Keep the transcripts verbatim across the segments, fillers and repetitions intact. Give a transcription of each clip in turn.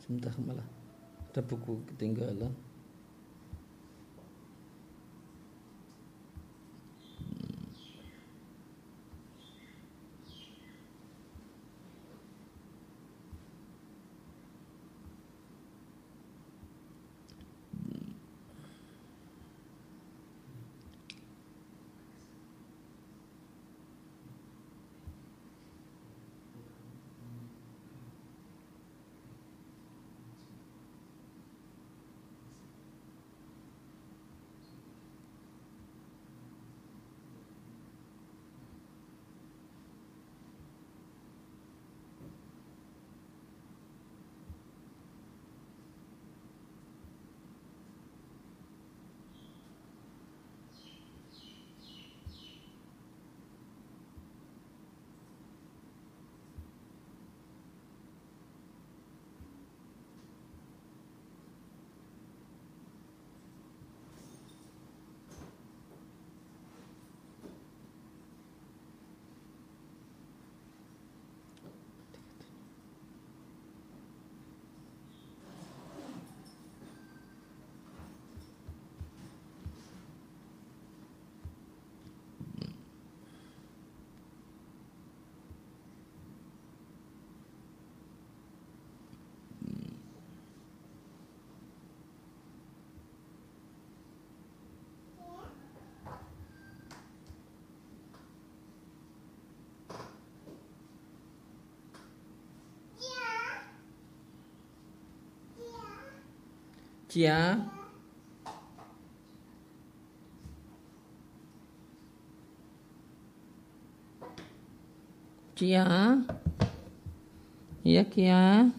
Sebentar malah ada buku ketinggalan. Cia Cia Iya Kia.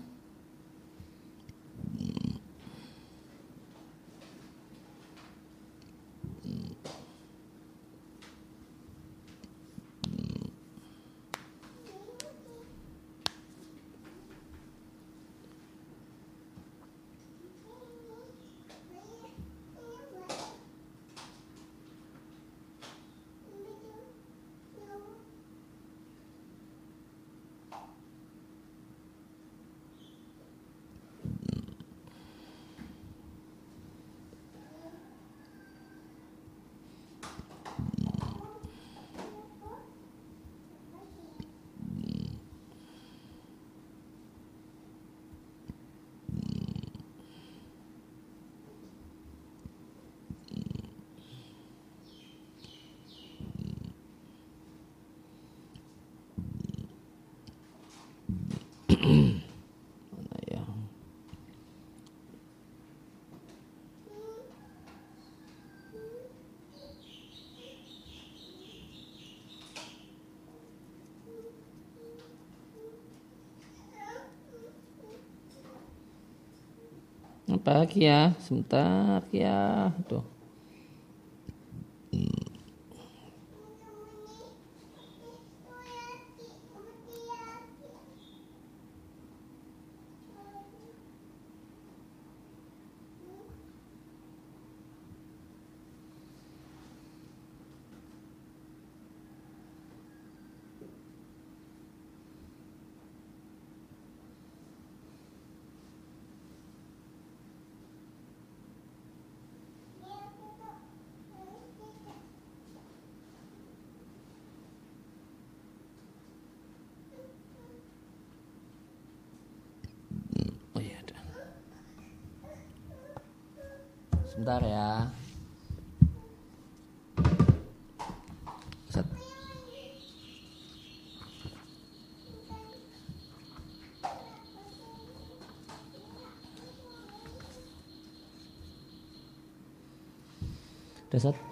Mana ya? Apa Kia? Sebentar Kia. Tuh. Sebentar ya. Set. Udah set.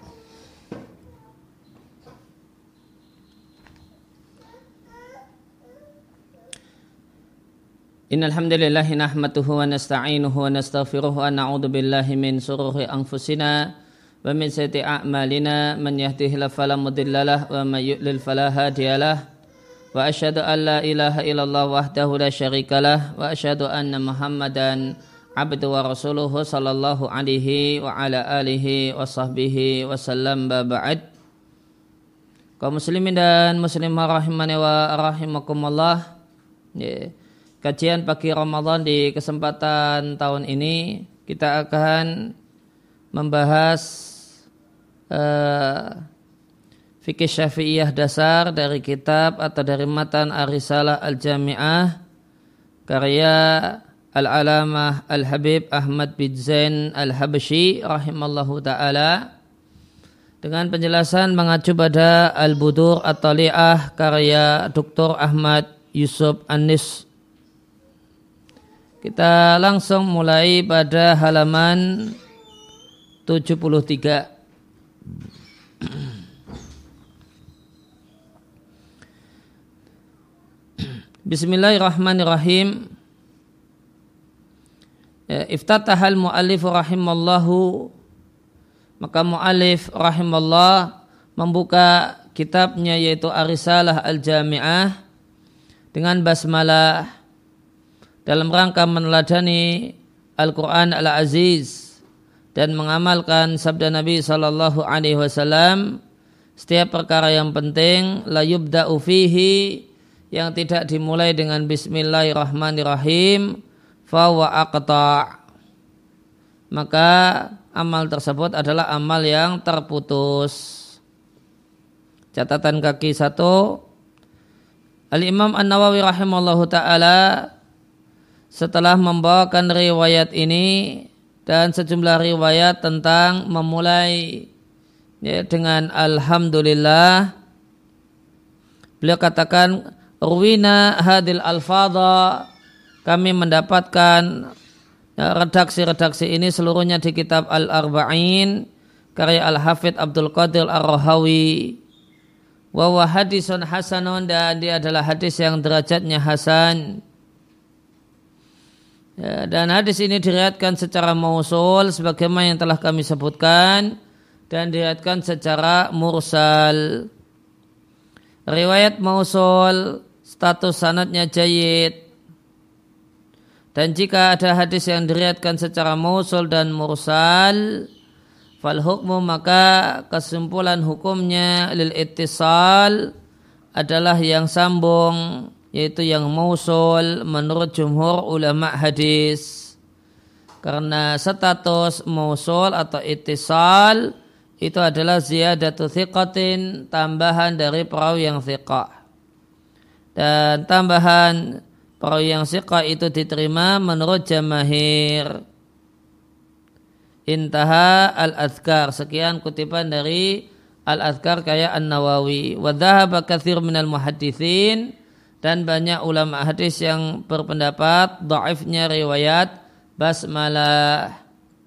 Innal hamdalillah nahmaduhu wa nasta'inuhu wa nastaghfiruhu wa na'udzu billahi min shururi anfusina wa min sayyiati a'malina man yahdihillahu fala mudhillalah wa may yudlil fala hadiyalah wa asyhadu an la ilaha illallah wahdahu la syarikalah wa asyhadu anna Muhammadan abduhu wa rasuluhu sallallahu alaihi wa ala alihi wa sahbihi wa sallam ba'd. Kaum muslimin dan muslimah rahimani wa rahimakumullah. Yeah. kajian pagi Ramadan di kesempatan tahun ini kita akan membahas uh, fikih Syafi'iyah dasar dari kitab atau dari matan Ar-Risalah Al-Jami'ah karya Al-Alamah Al-Habib Ahmad bin Zain Al-Habsyi rahimallahu ta'ala, dengan penjelasan mengacu pada Al-Budur At-Tali'ah karya Doktor Ahmad Yusuf Anis. Kita langsung mulai pada halaman tujuh puluh tiga. Bismillahirrahmanirrahim. Iftatahal mu'allif rahimallahu, maka mu'allif rahimallah membuka kitabnya yaitu Ar-Risalah Al-Jami'ah dengan basmalah dalam rangka meneladani Al-Quran Al-Aziz dan mengamalkan sabda Nabi sallallahu alaihi wasallam, setiap perkara yang penting la yubda'u fihi, yang tidak dimulai dengan bismillahirrahmanirrahim, fawa aqta', maka amal tersebut adalah amal yang terputus. Catatan kaki satu, Al-Imam An-Nawawi rahimahullahu ta'ala setelah membawakan riwayat ini dan sejumlah riwayat tentang memulai ya, dengan Alhamdulillah, beliau katakan ruwina hadil alfadha, kami mendapatkan redaksi-redaksi ini seluruhnya di kitab Al-Arba'in karya Al-Hafidh Abdul Qadir Ar-Rahawi, wa huwa hadisun hasanun, dan dia adalah hadis yang derajatnya hasan. Ya, dan hadis ini diriwayatkan secara mausul sebagaimana yang telah kami sebutkan, dan diriwayatkan secara mursal. Riwayat mausul status sanadnya jayyid. Dan jika ada hadis yang diriwayatkan secara mausul dan mursal, fal hukmu, maka kesimpulan hukumnya lil ittisal adalah yang sambung, yaitu yang mausul menurut jumhur ulama hadis. Karena status mausul atau ittisal itu adalah ziyadatu thiqatin, tambahan dari perawi yang thiqah. Dan tambahan perawi yang thiqah itu diterima menurut jamahir. Intaha al-adhkar. Sekian kutipan dari al-adhkar kayak An-Nawawi. Wa dhahaba katsir minal muhadditsin, dan banyak ulama hadis yang berpendapat dhaifnya riwayat basmalah.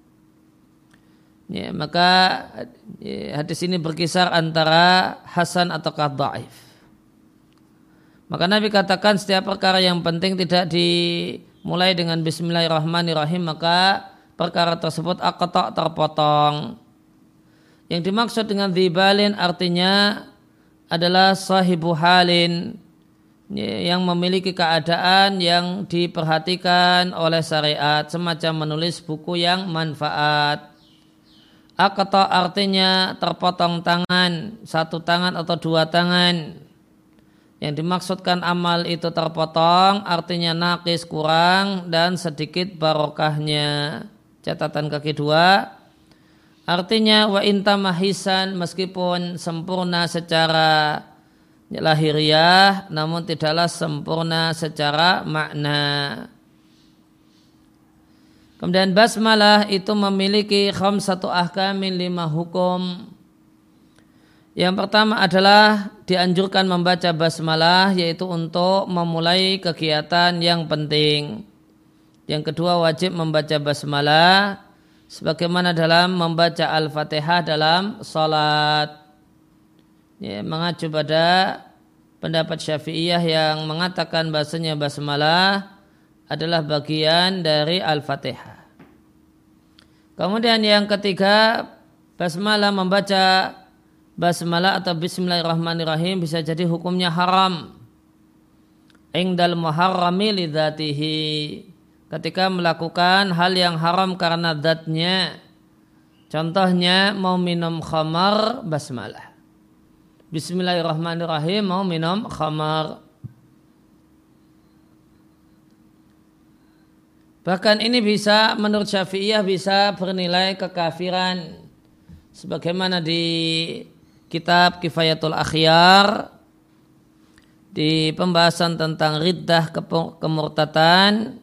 Ya, maka ya, hadis ini berkisar antara hasan ataukah dhaif. Maka Nabi katakan setiap perkara yang penting tidak dimulai dengan bismillahirrahmanirrahim, maka perkara tersebut aqta', terpotong. Yang dimaksud dengan dzibalin artinya adalah sahibu halin, yang memiliki keadaan yang diperhatikan oleh syariat, semacam menulis buku yang manfaat. Aqta' artinya terpotong tangan, satu tangan atau dua tangan. Yang dimaksudkan amal itu terpotong artinya naqis, kurang, dan sedikit barokahnya. Catatan kaki dua, artinya wa intamahisan, meskipun sempurna secara lahiriah namun tidaklah sempurna secara makna. Kemudian basmalah itu memiliki khamsatu ahkamin, lima hukum. Yang pertama adalah dianjurkan membaca basmalah, yaitu untuk memulai kegiatan yang penting. Yang kedua, wajib membaca basmalah sebagaimana dalam membaca Al-Fatihah dalam salat. Ya, mengacu pada pendapat Syafi'iyah yang mengatakan bahasanya basmalah adalah bagian dari Al-Fatihah. Kemudian yang ketiga, basmalah, membaca basmalah atau bismillahirrahmanirrahim bisa jadi hukumnya haram. Ingdal muharrami lidzatihi, ketika melakukan hal yang haram karena zatnya. Contohnya mau minum khamar, basmalah. Bismillahirrahmanirrahim, mau minum khamar. Bahkan ini bisa menurut Syafi'iyah bisa bernilai kekafiran. Sebagaimana di kitab Kifayatul Akhyar di pembahasan tentang riddah kemurtatan,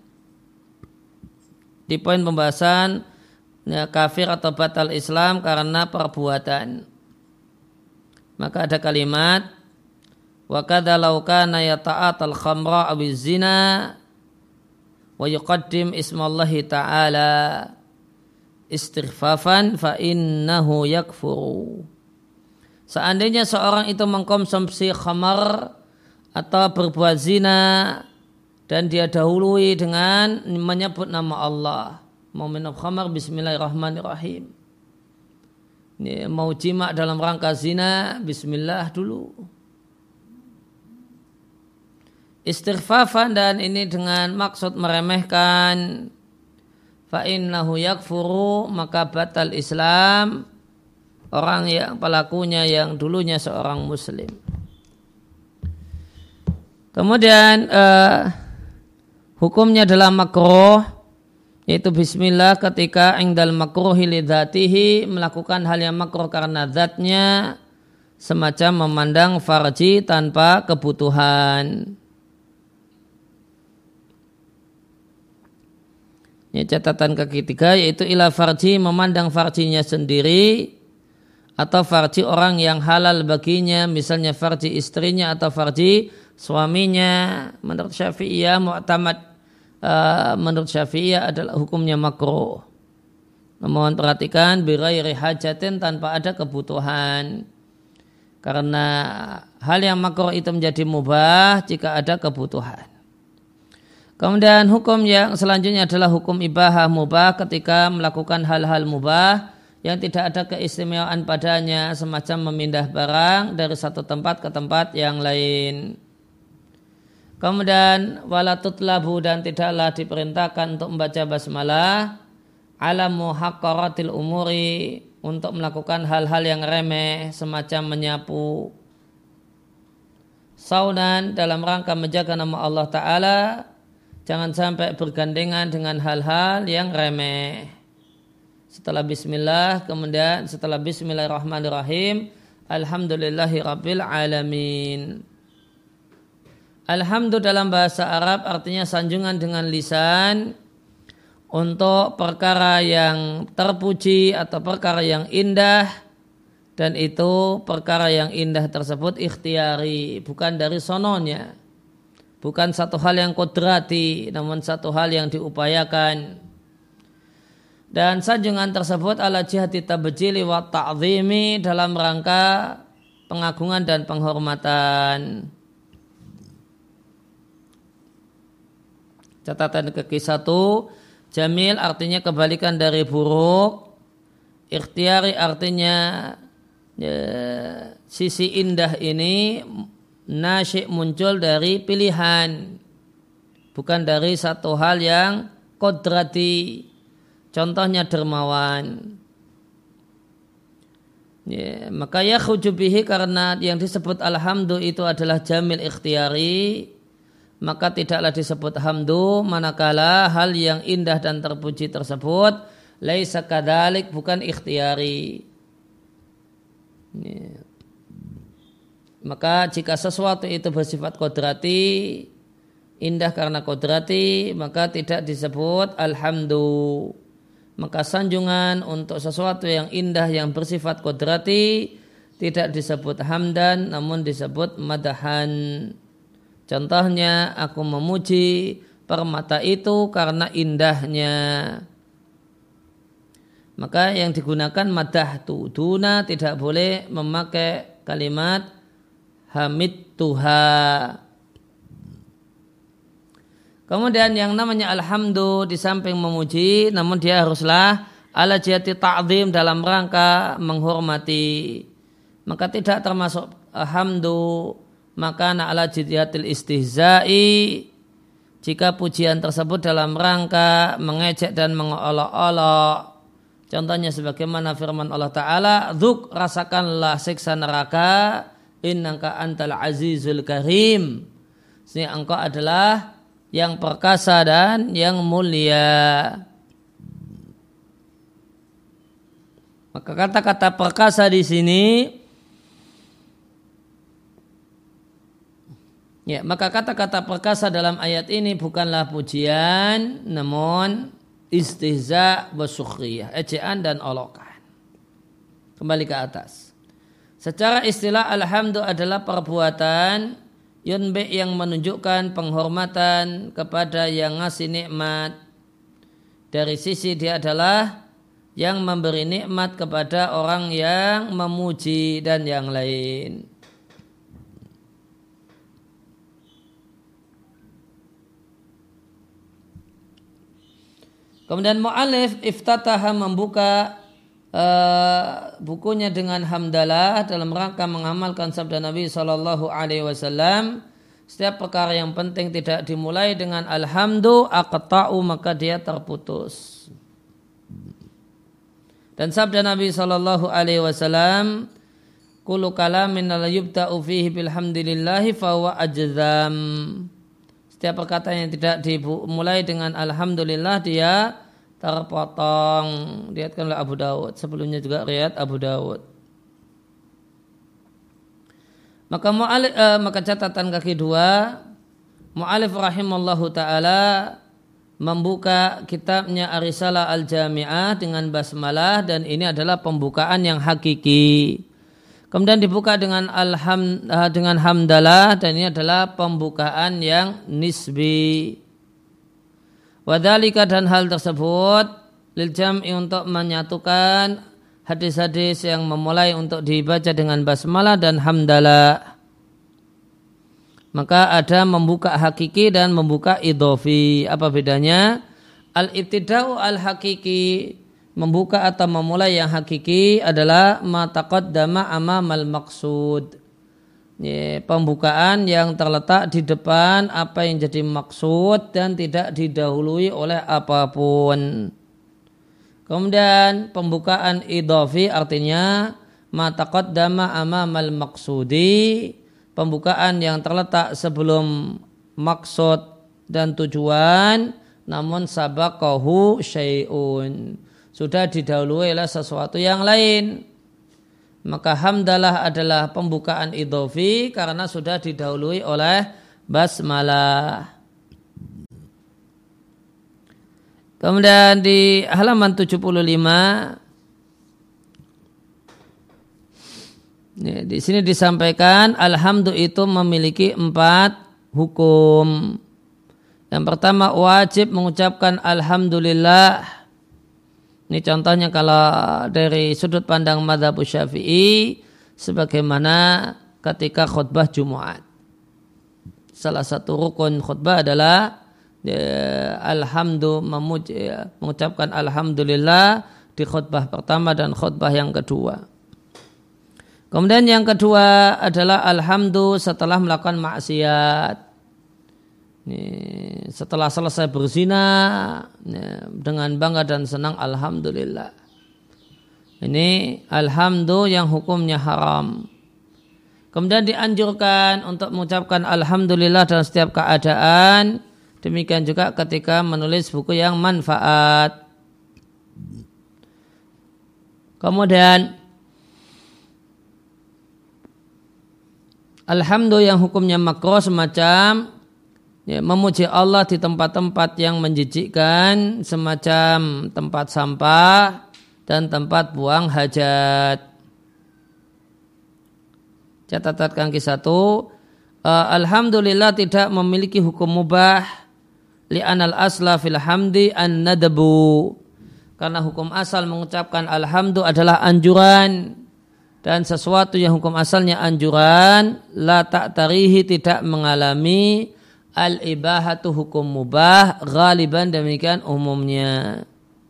di poin pembahasan ya, kafir atau batal Islam karena perbuatan. Maka ada kalimat wa kadza law kana yata'atal khamra aw zina wa yuqaddim ismallahi ta'ala istighfafan fa innahu yakfuru. Seandainya seorang itu mengkonsumsi khamar atau berbuat zina dan dia dahului dengan menyebut nama Allah, mau minum khamar bismillahirrahmanirrahim, ini mau jima dalam rangka zina bismillah dulu, istighfafan dan ini dengan maksud meremehkan, fa innahu yakfuru maka batal Islam orang yang pelakunya yang dulunya seorang muslim. Kemudian uh, hukumnya adalah makruh, yaitu bismillah ketika indal makruhi lidzatihi, melakukan hal yang makruh karena zatnya, semacam memandang farji tanpa kebutuhan. Ini catatan ketiga, yaitu ila farji, memandang farjinya sendiri atau farji orang yang halal baginya, misalnya farji istrinya atau farji suaminya. Menurut Syafi'iyah mu'tamad, uh, menurut Syafi'iyah adalah hukumnya makruh. Namun perhatikan bighairi hajatin, tanpa ada kebutuhan. Karena hal yang makruh itu menjadi mubah jika ada kebutuhan. Kemudian hukum yang selanjutnya adalah hukum ibahah mubah, ketika melakukan hal-hal mubah yang tidak ada keistimewaan padanya, semacam memindah barang dari satu tempat ke tempat yang lain. Kemudian wala tutlabu, dan tidaklah diperintahkan untuk membaca basmalah ala muhaqqaratil umuri, untuk melakukan hal-hal yang remeh semacam menyapu. Saunan, dalam rangka menjaga nama Allah Ta'ala, jangan sampai bergandengan dengan hal-hal yang remeh. Setelah bismillah, kemudian setelah bismillahirrahmanirrahim, alhamdulillahi rabbil alamin. Alhamdu dalam bahasa Arab artinya sanjungan dengan lisan untuk perkara yang terpuji atau perkara yang indah, dan itu perkara yang indah tersebut ikhtiari, bukan dari sononya, bukan satu hal yang kodrati, namun satu hal yang diupayakan. Dan sanjungan tersebut ala jihati tabjili wa ta'zimi, dalam rangka pengagungan dan penghormatan. Catatan kaki satu, jamil artinya kebalikan dari buruk, ikhtiari artinya ya, sisi indah ini nasyik muncul dari pilihan, bukan dari satu hal yang kodrati. Contohnya dermawan. Ya, maka ya khujubihi, karena yang disebut alhamdu itu adalah jamil ikhtiari, maka tidaklah disebut hamdu manakala hal yang indah dan terpuji tersebut laisa kadzalik, bukan ikhtiari. Ya. Maka jika sesuatu itu bersifat kodrati, indah karena kodrati, maka tidak disebut alhamdu. Maka sanjungan untuk sesuatu yang indah yang bersifat kodrati tidak disebut hamdan, namun disebut madahan. Contohnya, aku memuji permata itu karena indahnya. Maka yang digunakan madah tu duna, tidak boleh memakai kalimat hamid tuha. Kemudian yang namanya alhamdu di samping memuji, namun dia haruslah ala jihati ta'zim, dalam rangka menghormati. Maka tidak termasuk hamdu maka ala jihatil istihza'i, jika pujian tersebut dalam rangka mengejek dan mengolok-olok. Contohnya sebagaimana firman Allah Ta'ala, dzuk, rasakanlah siksa neraka, innaka antal azizul karim, sehingga engkau adalah yang perkasa dan yang mulia. Maka kata-kata perkasa di sini, ya, maka kata-kata perkasa dalam ayat ini bukanlah pujian, namun istihza wa sukhriyah, ejaan dan olokan. Kembali ke atas. Secara istilah alhamdu adalah perbuatan yunbi yang menunjukkan penghormatan kepada yang ngasih nikmat. Dari sisi dia adalah yang memberi nikmat kepada orang yang memuji dan yang lain. Kemudian mu'alif iftataha membuka uh, bukunya dengan hamdalah dalam rangka mengamalkan sabda Nabi shallallahu alaihi wasallam, setiap perkara yang penting tidak dimulai dengan alhamdu aqta'u maka dia terputus. Dan sabda Nabi shallallahu alaihi wasallam, kullu kalamin la yubta'u fihi bilhamdillahi fahuwa ajzam. Setiap perkataan yang tidak dimulai dengan alhamdulillah dia terpotong. Diriwayatkan oleh Abu Dawud. Sebelumnya juga riwayat Abu Dawud. Maka mu'alif, eh, maka catatan kaki dua, mu'alif rahimallahu ta'ala membuka kitabnya Ar-Risalah Al-Jami'ah dengan basmalah, dan ini adalah pembukaan yang hakiki. Kemudian dibuka dengan alham, dengan hamdalah, dan ini adalah pembukaan yang nisbi. Wadhalika, dan hal tersebut lil jam'i untuk menyatukan hadis-hadis yang memulai untuk dibaca dengan basmalah dan hamdalah. Maka ada membuka hakiki dan membuka idhofi. Apa bedanya? Al-ibtida'u al-hakiki, membuka atau memulai yang hakiki adalah ma taqaddama amamal maqsud. Ya, pembukaan yang terletak di depan apa yang jadi maksud dan tidak didahului oleh apapun. Kemudian pembukaan idhofi artinya ma taqaddama amamal maqsudi, pembukaan yang terletak sebelum maksud dan tujuan, namun sabaqahu syai'un, sudah didahului oleh sesuatu yang lain. Maka hamdalah adalah pembukaan idhofi karena sudah didahului oleh basmalah. Kemudian di halaman tujuh puluh lima, ya, di sini disampaikan alhamdu itu memiliki empat hukum. Yang pertama, wajib mengucapkan alhamdulillah. Ini contohnya kalau dari sudut pandang mazhab Syafi'i, sebagaimana ketika khutbah Jumat. Salah satu rukun khutbah adalah ya, alhamdu memuji, ya, mengucapkan alhamdulillah di khutbah pertama dan khutbah yang kedua. Kemudian yang kedua adalah alhamdu setelah melakukan maksiat. Ini, setelah selesai berzina, ya, dengan bangga dan senang alhamdulillah. Ini alhamdu yang hukumnya haram. Kemudian dianjurkan untuk mengucapkan alhamdulillah dalam setiap keadaan. Demikian juga ketika menulis buku yang manfaat. Kemudian alhamdu yang hukumnya makruh semacam ya, memuji Allah di tempat-tempat yang menjijikkan, semacam tempat sampah dan tempat buang hajat. Catatan kaki satu, uh, alhamdulillah tidak memiliki hukum mubah, li'anal asla fil hamdi an nadabu, karena hukum asal mengucapkan alhamdu adalah anjuran, dan sesuatu yang hukum asalnya anjuran la ta'tarihi tidak mengalami al-ibahatu hukum mubah, ghaliban demikian umumnya.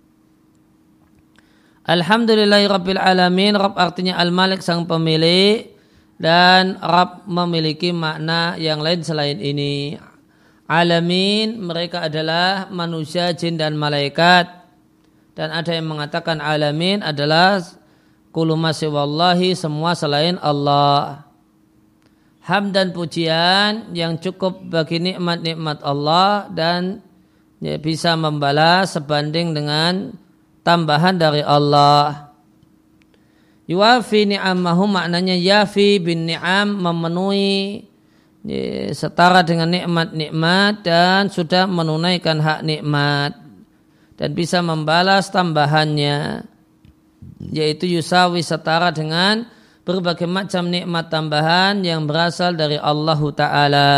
Alhamdulillahi rabbil alamin, Rabb artinya al-malik sang pemilik, dan Rabb memiliki makna yang lain selain ini. Alamin mereka adalah manusia, jin dan malaikat, dan ada yang mengatakan alamin adalah kullu ma siwallahi, semua selain Allah. hamdan pujian yang cukup bagi nikmat-nikmat Allah dan ya, bisa membalas sebanding dengan tambahan dari Allah. Yuwafi ni'amahu maknanya yafi bin ni'am, memenuhi ya, setara dengan nikmat-nikmat dan sudah menunaikan hak nikmat dan bisa membalas tambahannya, yaitu yusawi setara dengan berbagai macam nikmat tambahan yang berasal dari Allah Ta'ala.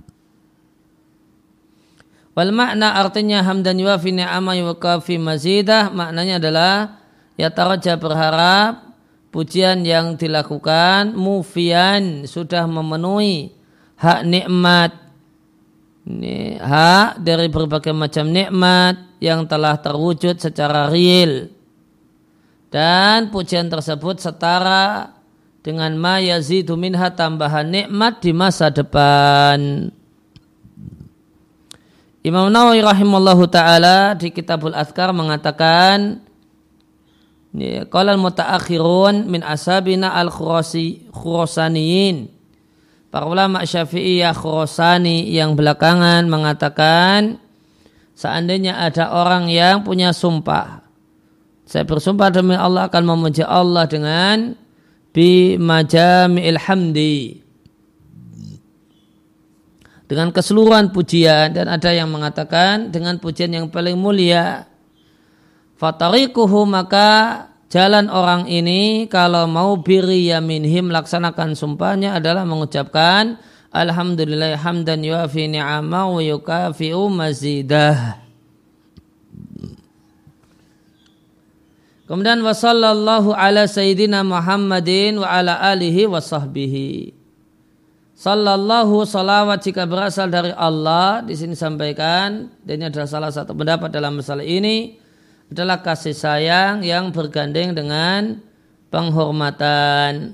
Wal makna artinya hamdan yuwafi ni'ama yukafi mazidah, maknanya adalah ya taraja berharap pujian yang dilakukan mufian sudah memenuhi hak nikmat, ini hak dari berbagai macam nikmat yang telah terwujud secara real, dan pujian tersebut setara dengan ma yazidu minha tambahan nikmat di masa depan. Imam Nawawi rahimallahu ta'ala di Kitabul Adhkar mengatakan, qala al-mutaakhirun min ashabina al-khurasaniyin, para ulama Syafi'iyah Khurasani yang belakangan mengatakan, seandainya ada orang yang punya sumpah, saya bersumpah demi Allah akan memuji Allah dengan bi majami'il hamdi, dengan keseluruhan pujian, dan ada yang mengatakan dengan pujian yang paling mulia, fatariquhu, maka jalan orang ini kalau mau biri yaminhim laksanakan sumpahnya adalah mengucapkan alhamdulillah hamdan yuafi ni'ama wa yukafi'u mazidah. Kemudian wa sallallahu ala sayyidina Muhammadin wa ala alihi wa sahbihi. Sallallahu, salawat jika berasal dari Allah, di sini sampaikan, dan ini adalah salah satu pendapat dalam masalah ini, adalah kasih sayang yang bergandeng dengan penghormatan.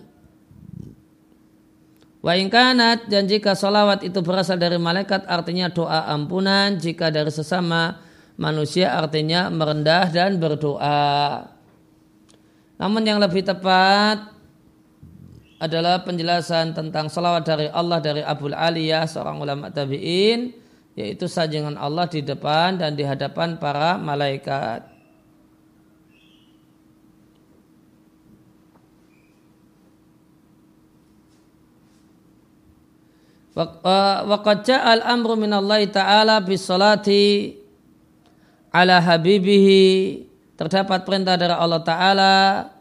Wa in kanat, dan jika salawat itu berasal dari malaikat artinya doa ampunan, jika dari sesama manusia artinya merendah dan berdoa. Namun yang lebih tepat adalah penjelasan tentang salawat dari Allah dari Abul Aliyah, seorang ulama tabi'in, yaitu sanjungan Allah di depan dan di hadapan para malaikat. Wa qad ja'al amru minallahi ta'ala bis salati ala habibihi, terdapat perintah dari Allah Ta'ala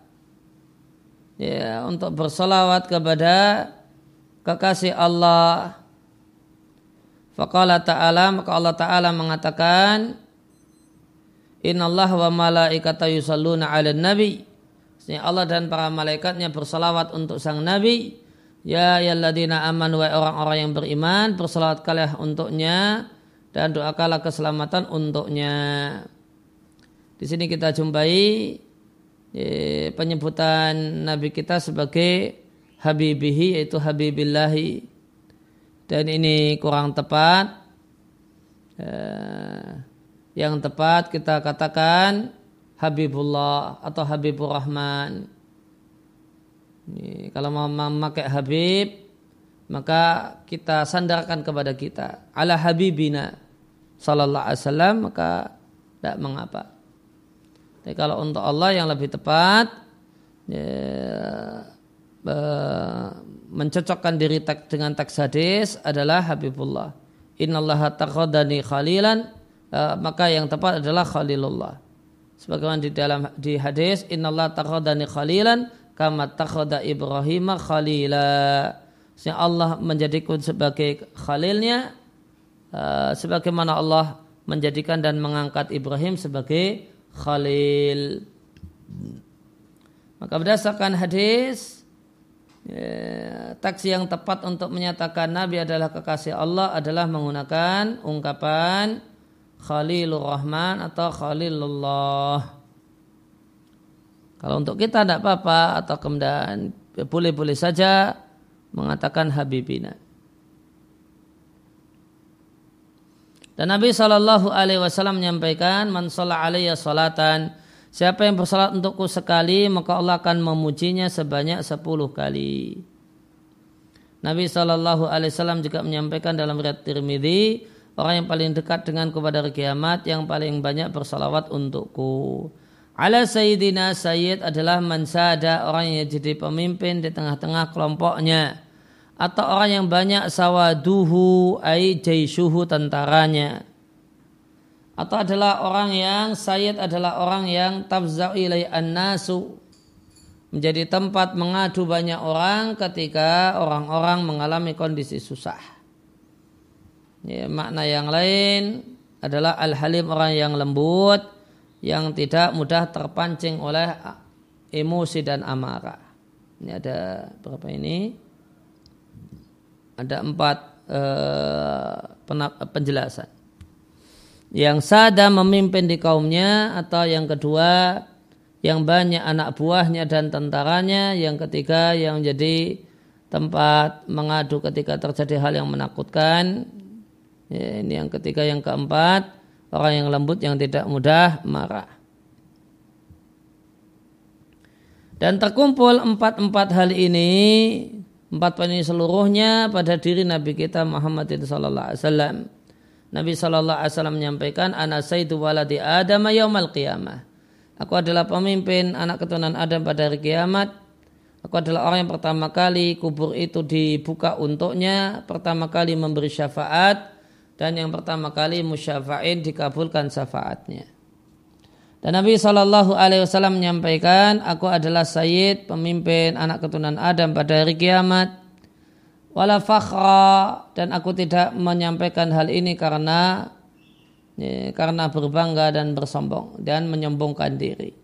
ya, untuk bersalawat kepada kekasih Allah. Faqala ta'ala, maka Allah Ta'ala mengatakan, innallaha wa malaikatahu yusalluna 'alan nabi, Allah dan para malaikatnya bersalawat untuk sang nabi. Ya ayyuhalladzina amanu, wa orang-orang yang beriman, bersalawatkanlah untuknya dan doakanlah keselamatan untuknya. Di sini kita jumpai eh, penyebutan Nabi kita sebagai Habibihi, yaitu Habibillahi, dan ini kurang tepat. Eh, yang tepat kita katakan Habibullah atau Habibur Rahman. Ini, kalau mau memakai Habib, maka kita sandarkan kepada kita ala Habibina sallallahu alaihi wasallam, maka tidak mengapa. Tapi kalau untuk Allah yang lebih tepat ya, mencocokkan diri dengan teks hadis adalah Habibullah. Innallaha takhadani khalilan, maka yang tepat adalah Khalilullah. Sebagaimana di dalam di hadis, innallaha takhadani khalilan kama takhada Ibrahim khalila. Allah menjadikan sebagai khalilnya, sebagaimana Allah menjadikan dan mengangkat Ibrahim sebagai Khalil. Maka berdasarkan hadis, ya, teks yang tepat untuk menyatakan Nabi adalah kekasih Allah adalah menggunakan ungkapan Khalilur Rahman atau Khalilullah. Kalau untuk kita tidak apa-apa, atau kemudian boleh-boleh saja mengatakan Habibina. Dan Nabi shallallahu alaihi wasallam menyampaikan, man shalla alayya salatan, siapa yang bersalat untukku sekali, maka Allah akan memujinya sebanyak sepuluh kali. Nabi shallallahu alaihi wasallam juga menyampaikan dalam riwayat Tirmidzi, orang yang paling dekat denganku pada hari kiamat yang paling banyak bersalawat untukku. Ala sayyidina, sayyid adalah man sada, orang yang jadi pemimpin di tengah-tengah kelompoknya, atau orang yang banyak sawaduhu ai jaisuhu, tentaranya. Atau adalah orang yang sayyid adalah orang yang tafza'u ilai an-nasu, menjadi tempat mengadu banyak orang ketika orang-orang mengalami kondisi susah. Ya, makna yang lain adalah al-halim, orang yang lembut, yang tidak mudah terpancing oleh emosi dan amarah. Ini ada berapa ini? Ada empat eh, penjelasan. Yang sada memimpin di kaumnya, atau yang kedua yang banyak anak buahnya dan tentaranya, yang ketiga yang jadi tempat mengadu ketika terjadi hal yang menakutkan, ya, ini yang ketiga. Yang keempat, orang yang lembut yang tidak mudah marah. Dan terkumpul empat-empat hal ini, empat poin ini seluruhnya pada diri Nabi kita Muhammadin sallallahu alaihi wasallam. Nabi sallallahu alaihi wasallam menyampaikan, ana sayyidu waladi Adam yaumal qiyamah. Aku adalah pemimpin anak keturunan Adam pada hari kiamat. Aku adalah orang yang pertama kali kubur itu dibuka untuknya, pertama kali memberi syafaat, dan yang pertama kali musyafa'in dikabulkan syafaatnya. Dan Nabi shallallahu alaihi wasallam menyampaikan, aku adalah sayyid, pemimpin anak keturunan Adam pada hari kiamat. Wala fakhra, dan aku tidak menyampaikan hal ini karena ya, karena berbangga dan bersombong dan menyombongkan diri.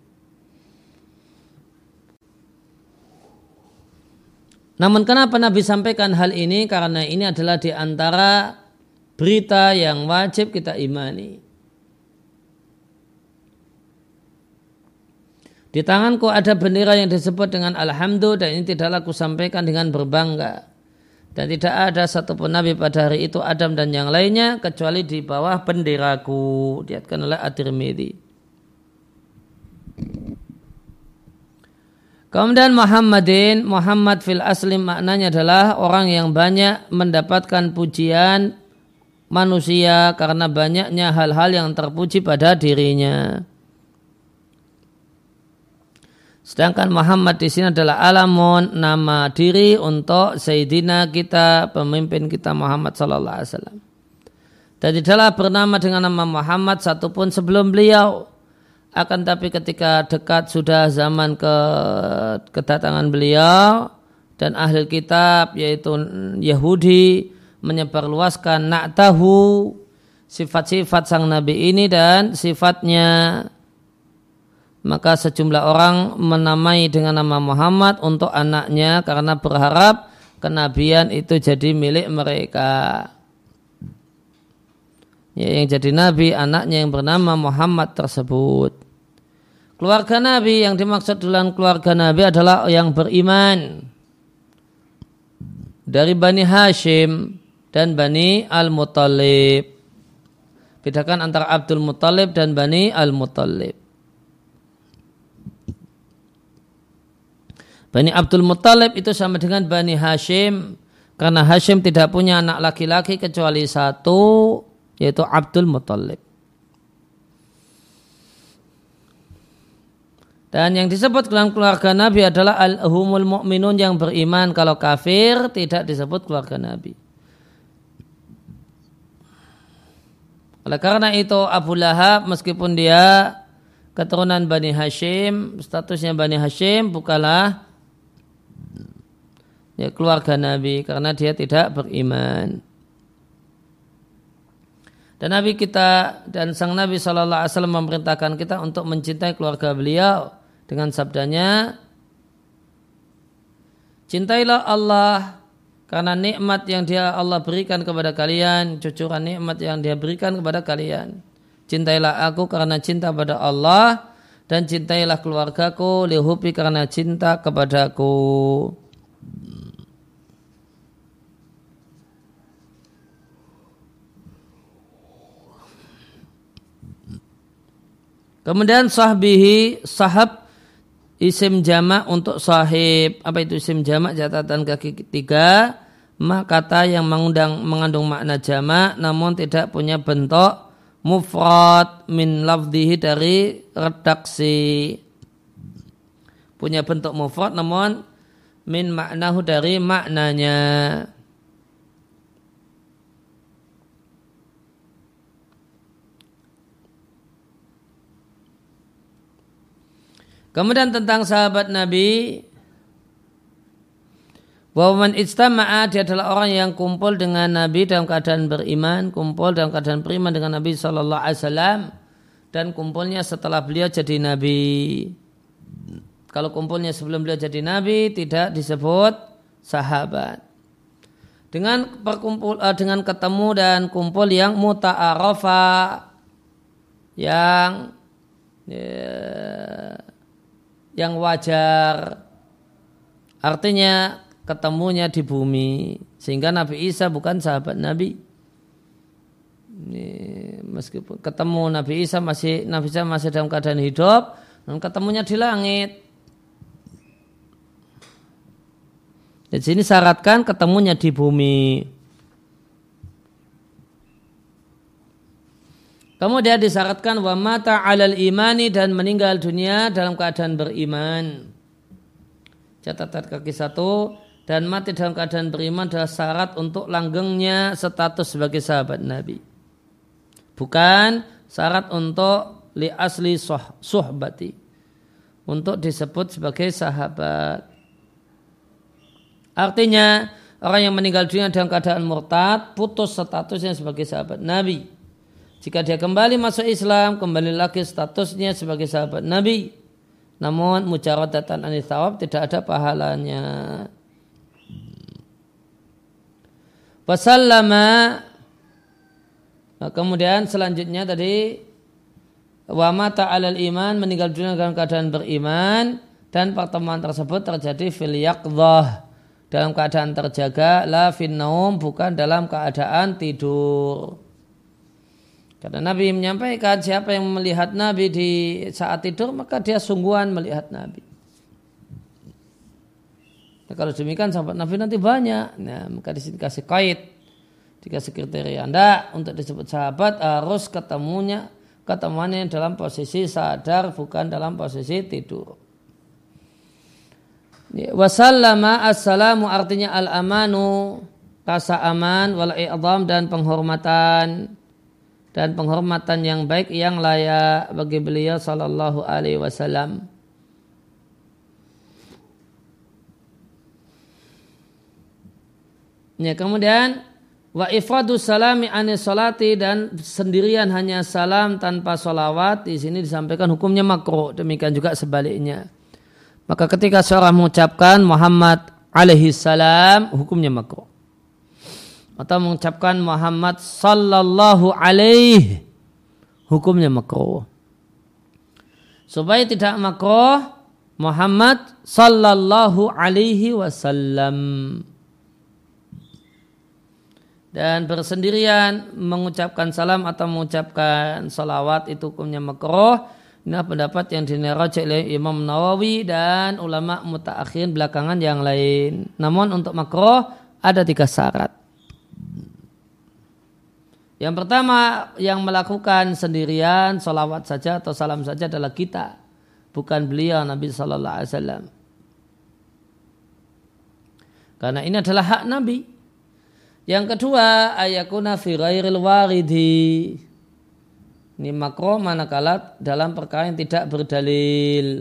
Namun kenapa Nabi sampaikan hal ini? Karena ini adalah di antara berita yang wajib kita imani. Di tanganku ada bendera yang disebut dengan Alhamdulillah, dan ini tidaklah aku sampaikan dengan berbangga. Dan tidak ada satupun Nabi pada hari itu, Adam dan yang lainnya, kecuali di bawah benderaku. Diriwayatkan oleh At-Tirmidzi. Kemudian Muhammadin, Muhammad fil asli maknanya adalah orang yang banyak mendapatkan pujian manusia karena banyaknya hal-hal yang terpuji pada dirinya. Sedangkan Muhammad di sini adalah alamun, nama diri untuk Sayyidina kita, pemimpin kita Muhammad sallallahu alaihi wasallam. Dan tidaklah bernama dengan nama Muhammad satupun sebelum beliau. Akan tapi ketika dekat sudah zaman ke kedatangan beliau, dan ahli kitab yaitu Yahudi menyebarluaskan na'tahu, sifat-sifat sang Nabi ini dan sifatnya, maka sejumlah orang menamai dengan nama Muhammad untuk anaknya karena berharap kenabian itu jadi milik mereka. Ya, yang jadi nabi anaknya yang bernama Muhammad tersebut. Keluarga Nabi yang dimaksud dalam keluarga Nabi adalah yang beriman dari Bani Hashim dan Bani Al-Muttalib. Bedakan antara Abdul Muttalib dan Bani Al-Muttalib. Bani Abdul Muttalib itu sama dengan Bani Hashim, karena Hashim tidak punya anak laki-laki kecuali satu, yaitu Abdul Muttalib. Dan yang disebut dalam keluarga Nabi adalah al-humul mu'minun, yang beriman. Kalau kafir tidak disebut keluarga Nabi. Oleh karena itu Abu Lahab meskipun dia keturunan Bani Hashim, statusnya Bani Hashim bukanlah ya, keluarga Nabi, karena dia tidak beriman. Dan Nabi kita dan sang Nabi shallallahu alaihi wasallam memerintahkan kita untuk mencintai keluarga beliau dengan sabdanya, cintailah Allah karena nikmat yang dia Allah berikan kepada kalian, cucuran nikmat yang dia berikan kepada kalian. Cintailah aku karena cinta pada Allah, dan cintailah keluargaku lihubi karena cinta kepadaku. Kemudian sahbihi, sahab isim jamak untuk sahib. Apa itu isim jamak? Catatan kaki ketiga. ma kata yang mengundang mengandung makna jamak namun tidak punya bentuk mufrad min lafdhihi dari redaksi. Punya bentuk mufrad namun min maknahu dari maknanya. Kemudian tentang sahabat Nabi, bahwa man ijtama'a, dia adalah orang yang kumpul dengan Nabi dalam keadaan beriman, kumpul dalam keadaan beriman dengan Nabi sallallahu alaihi wasallam, dan kumpulnya setelah beliau jadi Nabi. Kalau kumpulnya sebelum beliau jadi Nabi tidak disebut sahabat. Dengan perkumpul dengan ketemu dan kumpul yang muta'arafa, yang ya, yang wajar, artinya ketemunya di bumi, sehingga Nabi Isa bukan sahabat Nabi. Ini, meskipun ketemu Nabi Isa masih Nabi Isa masih dalam keadaan hidup, dan ketemunya di langit. Di sini syaratkan ketemunya di bumi. Kemudian disyaratkan wa mata 'alal imani, dan meninggal dunia dalam keadaan beriman. Catatan kaki satu, dan mati dalam keadaan beriman adalah syarat untuk langgengnya status sebagai sahabat Nabi. Bukan syarat untuk li asli suh, suhbati, untuk disebut sebagai sahabat. Artinya orang yang meninggal dunia dalam keadaan murtad putus statusnya sebagai sahabat Nabi. Jika dia kembali masuk Islam, kembali lagi statusnya sebagai sahabat Nabi. Namun mujaradatan anil thawab, tidak ada pahalanya. Wasallama, nah, kemudian selanjutnya tadi wa mata 'alal iman, meninggal dunia dalam keadaan beriman, dan pertemuan tersebut terjadi fil yaqdhah, dalam keadaan terjaga, la fin naum, bukan dalam keadaan tidur. Karena Nabi menyampaikan siapa yang melihat Nabi di saat tidur maka dia sungguhan melihat Nabi. Nah, kalau demikian sahabat Nabi nanti banyak. Nah, maka di sini kasih kait, dikasih kriteria. Anda untuk disebut sahabat harus ketemunya ketemuannya dalam posisi sadar, bukan dalam posisi tidur. Wasallama, assalamu artinya al-amanu, rasa aman, wal i'dham, dan penghormatan. Dan penghormatan yang baik yang layak bagi beliau sallallahu alaihi wasallam. Ya, kemudian wa ifradu salami anis salati, dan sendirian hanya salam tanpa solawat, di sini disampaikan hukumnya makruh. Demikian juga sebaliknya. Maka ketika seorang mengucapkan Muhammad alaihi salam, hukumnya makruh. Atau mengucapkan Muhammad sallallahu alaihi, hukumnya makruh. Supaya tidak makruh, Muhammad sallallahu alaihi wasallam. Dan bersendirian mengucapkan salam atau mengucapkan salawat itu hukumnya makruh. Ini pendapat yang dinaraj oleh Imam Nawawi dan ulama mutaakhirin belakangan yang lain. Namun untuk makruh ada tiga syarat. Yang pertama, yang melakukan sendirian salawat saja atau salam saja adalah kita, bukan beliau Nabi sallallahu alaihi wasallam. Karena ini adalah hak Nabi. Yang kedua, ayakuna fi ghairil waridi. Ini makruh manakala dalam perkara yang tidak berdalil.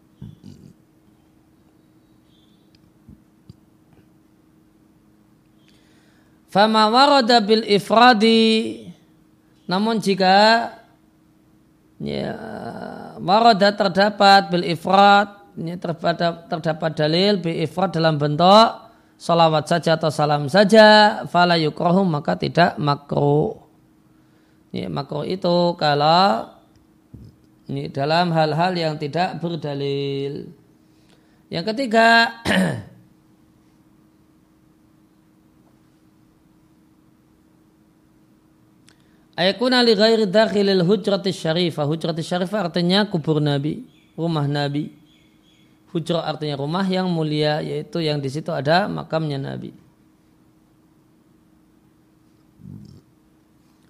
Fama warada bil ifradi, namun jika ya, warada terdapat bil ifrad, ini terdapat, terdapat dalil bil ifrad dalam bentuk salawat saja atau salam saja, fala yukrahu, maka tidak makruh. Ya, makruh itu kalau ini dalam hal-hal yang tidak berdalil. Yang ketiga, ayakuna li ghairi dakhilil hujrati syarifah. Hujrati syarifah artinya kubur Nabi, rumah Nabi. Hujrah artinya rumah yang mulia, yaitu yang di situ ada makamnya Nabi.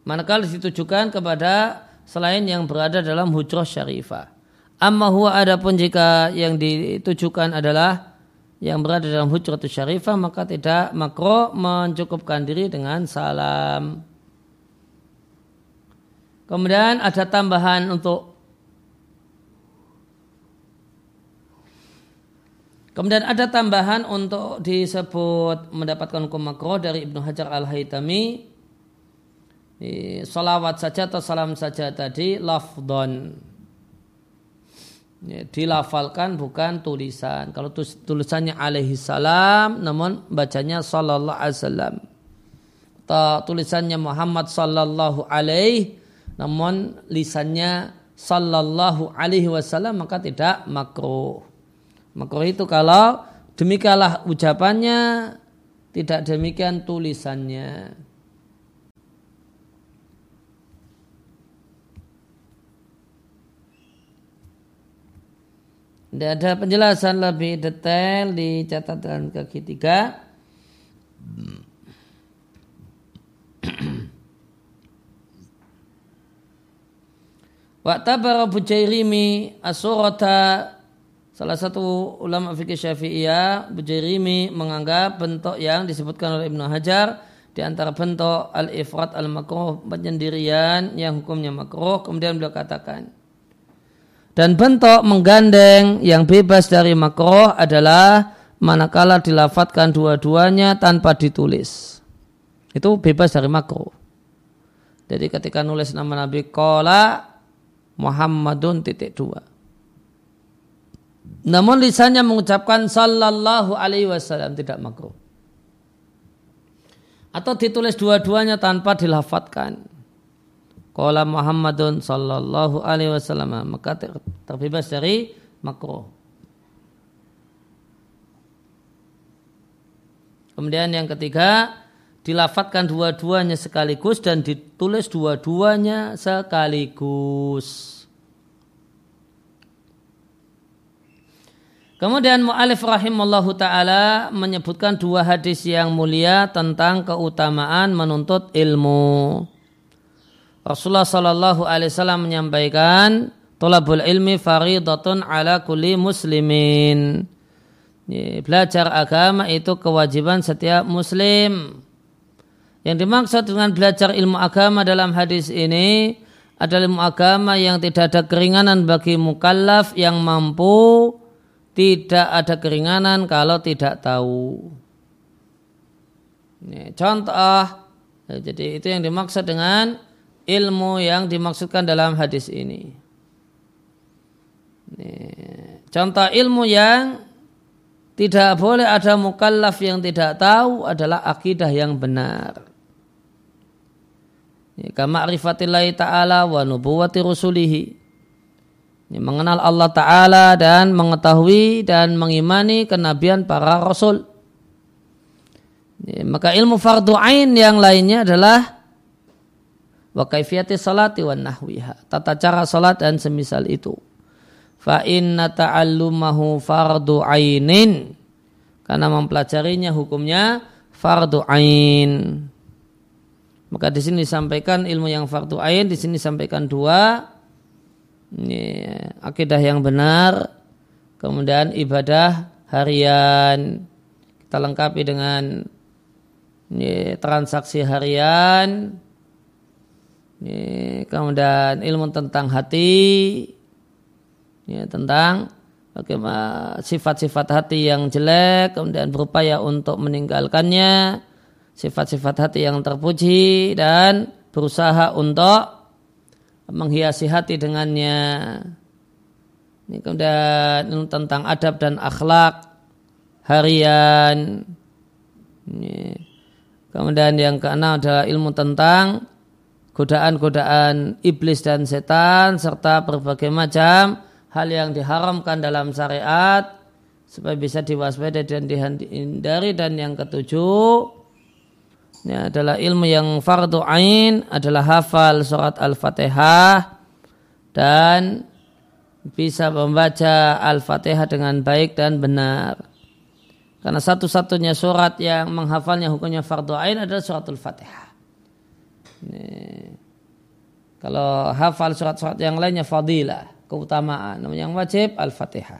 manakala ditujukan kepada selain yang berada dalam hujrah syarifah. Amma huwa adapun jika yang ditujukan adalah yang berada dalam hujrah syarifah, maka tidak makruh mencukupkan diri dengan salam. Kemudian ada tambahan untuk Kemudian ada tambahan untuk disebut mendapatkan hukum makruh dari Ibnu Hajar Al-Haytami. Salawat saja atau salam saja tadi lafdhon. Ya, dilafalkan bukan tulisan. Kalau tulisannya alaihi salam namun bacanya sallallahu alaihi wasallam. Atau tulisannya Muhammad sallallahu alaihi namun lisannya sallallahu alaihi wasallam maka tidak makruh. Makruh itu kalau demikianlah ucapannya, tidak demikian tulisannya. Tidak ada penjelasan lebih detail di catatan kaki tiga. Wa'tabara Bujairimi as-surata, salah satu ulama fikih Syafi'iyah, Bujairimi menganggap bentuk yang disebutkan oleh Ibnu Hajar di antara bentuk al-ifrat al-makruh, penyendirian yang hukumnya makruh. Kemudian beliau katakan, dan bentuk menggandeng yang bebas dari makruh adalah manakala dilafatkan dua-duanya tanpa ditulis. Itu bebas dari makruh. Jadi ketika nulis nama Nabi qala Muhammadun titik dua. Namun lisannya mengucapkan sallallahu alaihi wasallam tidak makruh. Atau ditulis dua-duanya tanpa dilafatkan. Qala Muhammadun sallallahu alaihi wasallam, maka ter- terbebas dari makruh. Kemudian yang ketiga, dilafatkan dua-duanya sekaligus dan ditulis dua-duanya sekaligus. Kemudian mu'alif rahimallahu ta'ala menyebutkan dua hadis yang mulia tentang keutamaan menuntut ilmu. Rasulullah sallallahu alaihi wasallam menyampaikan, thalabul ilmi faridatun ala kulli muslimin. Belajar agama itu kewajiban setiap muslim. Yang dimaksud dengan belajar ilmu agama dalam hadis ini adalah ilmu agama yang tidak ada keringanan bagi mukallaf yang mampu, tidak ada keringanan kalau tidak tahu. Ini contoh, jadi itu yang dimaksud dengan ilmu yang dimaksudkan dalam hadis ini. Ini contoh ilmu yang tidak boleh ada mukallaf yang tidak tahu adalah akidah yang benar. Kama ma'rifatillahi ta'ala wa nubuwati rusulihi. Ini mengenal Allah Ta'ala dan mengetahui dan mengimani kenabian para rasul. Ini, maka ilmu fardu ain yang lainnya adalah wa kaifiyati salati wa nahwiha, tata cara salat dan semisal itu. Fa inna ta'allumahu fardu ainin, karena mempelajarinya hukumnya fardu ain. Maka di sini disampaikan ilmu yang fardu ain, di sini disampaikan dua, ini akidah yang benar, kemudian ibadah harian kita lengkapi dengan ini, transaksi harian. Ini, kemudian ilmu tentang hati, ya, tentang bagaimana sifat-sifat hati yang jelek, kemudian berupaya untuk meninggalkannya, sifat-sifat hati yang terpuji, dan berusaha untuk menghiasi hati dengannya. Ini, kemudian ilmu tentang adab dan akhlak harian. Ini, kemudian yang keenam adalah ilmu tentang godaan-godaan iblis dan setan serta berbagai macam hal yang diharamkan dalam syariat supaya bisa diwaspadai dan dihindari. Dan yang ketujuh, ini adalah ilmu yang fardu ain, adalah hafal surat Al-Fatihah dan bisa membaca Al-Fatihah dengan baik dan benar. Karena satu-satunya surat yang menghafalnya hukumnya fardu ain adalah surat Al-Fatihah. Ini. Kalau hafal surat-surat yang lainnya fadilah, keutamaan. Namun yang wajib Al-Fatihah.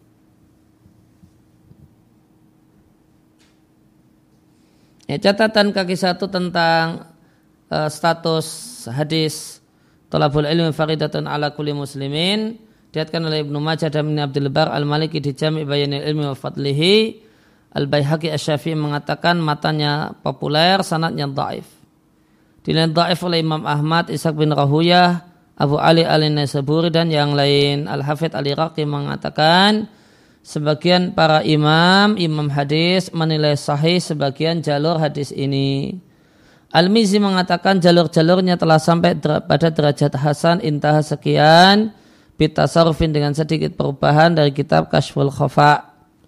Ya, catatan kaki satu tentang uh, status hadis Thalabul ilmi faridatun ala kulli muslimin diatkan oleh Ibnu Majah dan Ibnu Abdul Bar Al-Maliki di Jami' Bayanil Ilmi wa Fadlihi. Al-Baihaqi Asy-Syafi'i mengatakan matanya populer, sanadnya dhaif. Dinilai dhaif oleh Imam Ahmad, Ishaq bin Rahuyah, Abu Ali Al-Naisaburi dan yang lain. Al-Hafidz Al-Iraqi mengatakan sebagian para imam, imam hadis menilai sahih sebagian jalur hadis ini. Al-Mizzi mengatakan jalur-jalurnya telah sampai pada derajat hasan intaha sekian bitasarrufin dengan sedikit perubahan dari kitab Kashful Khafa.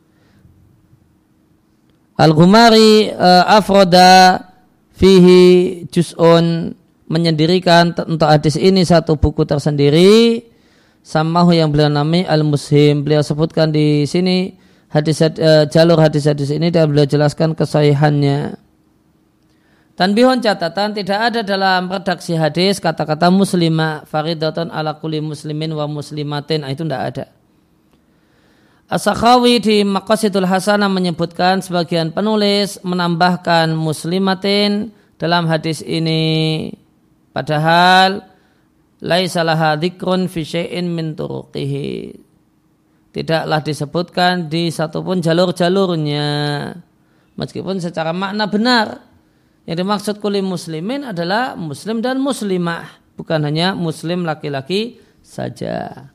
Al-Ghumari uh, afroda fihi juz'un menyendirikan untuk hadis ini satu buku tersendiri. Samahu yang beliau namai Al-Mushim. Beliau sebutkan di sini hadis uh, jalur hadis-hadis ini dan beliau jelaskan kesahihannya. Tanbihun catatan, tidak ada dalam redaksi hadis kata-kata muslimah faridatun ala kulli muslimin wa muslimatin. Nah, itu tidak ada. As-Sakhawi di Maqasidul Hasanah menyebutkan sebagian penulis menambahkan muslimatin dalam hadis ini. Padahal laisa laha dzikrun fi syai'in min turuqihi. Tidaklah disebutkan di satupun jalur-jalurnya. Meskipun secara makna benar. Yang dimaksud kulli muslimin adalah muslim dan muslimah. Bukan hanya muslim laki-laki saja.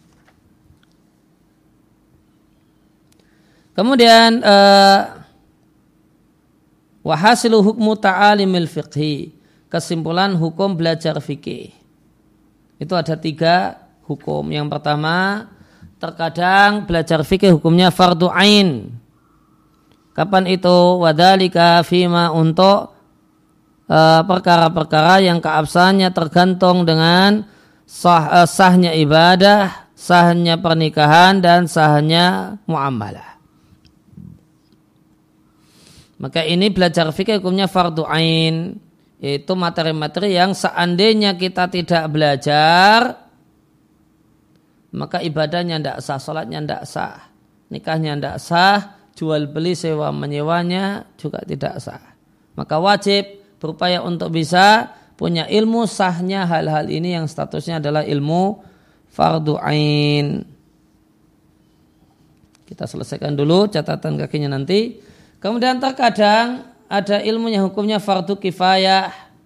Kemudian uh, wahasilu hukmu ta'alimil fiqhi, kesimpulan hukum belajar fikih. Itu ada tiga hukum. Yang pertama, terkadang belajar fikih hukumnya fardu ain. Kapan itu? Wadhalika fima untuk uh, perkara-perkara yang keabsahannya tergantung dengan sah, uh, sahnya ibadah, sahnya pernikahan dan sahnya muamalah. Maka ini belajar fikih hukumnya fardu ain, yaitu materi-materi yang seandainya kita tidak belajar, maka ibadahnya tidak sah, sholatnya tidak sah, nikahnya tidak sah, jual beli sewa menyewanya juga tidak sah. Maka wajib berupaya untuk bisa punya ilmu sahnya hal-hal ini yang statusnya adalah ilmu fardu ain. Kita selesaikan dulu catatan kakinya nanti. Kemudian terkadang ada ilmunya hukumnya fardu kifayah.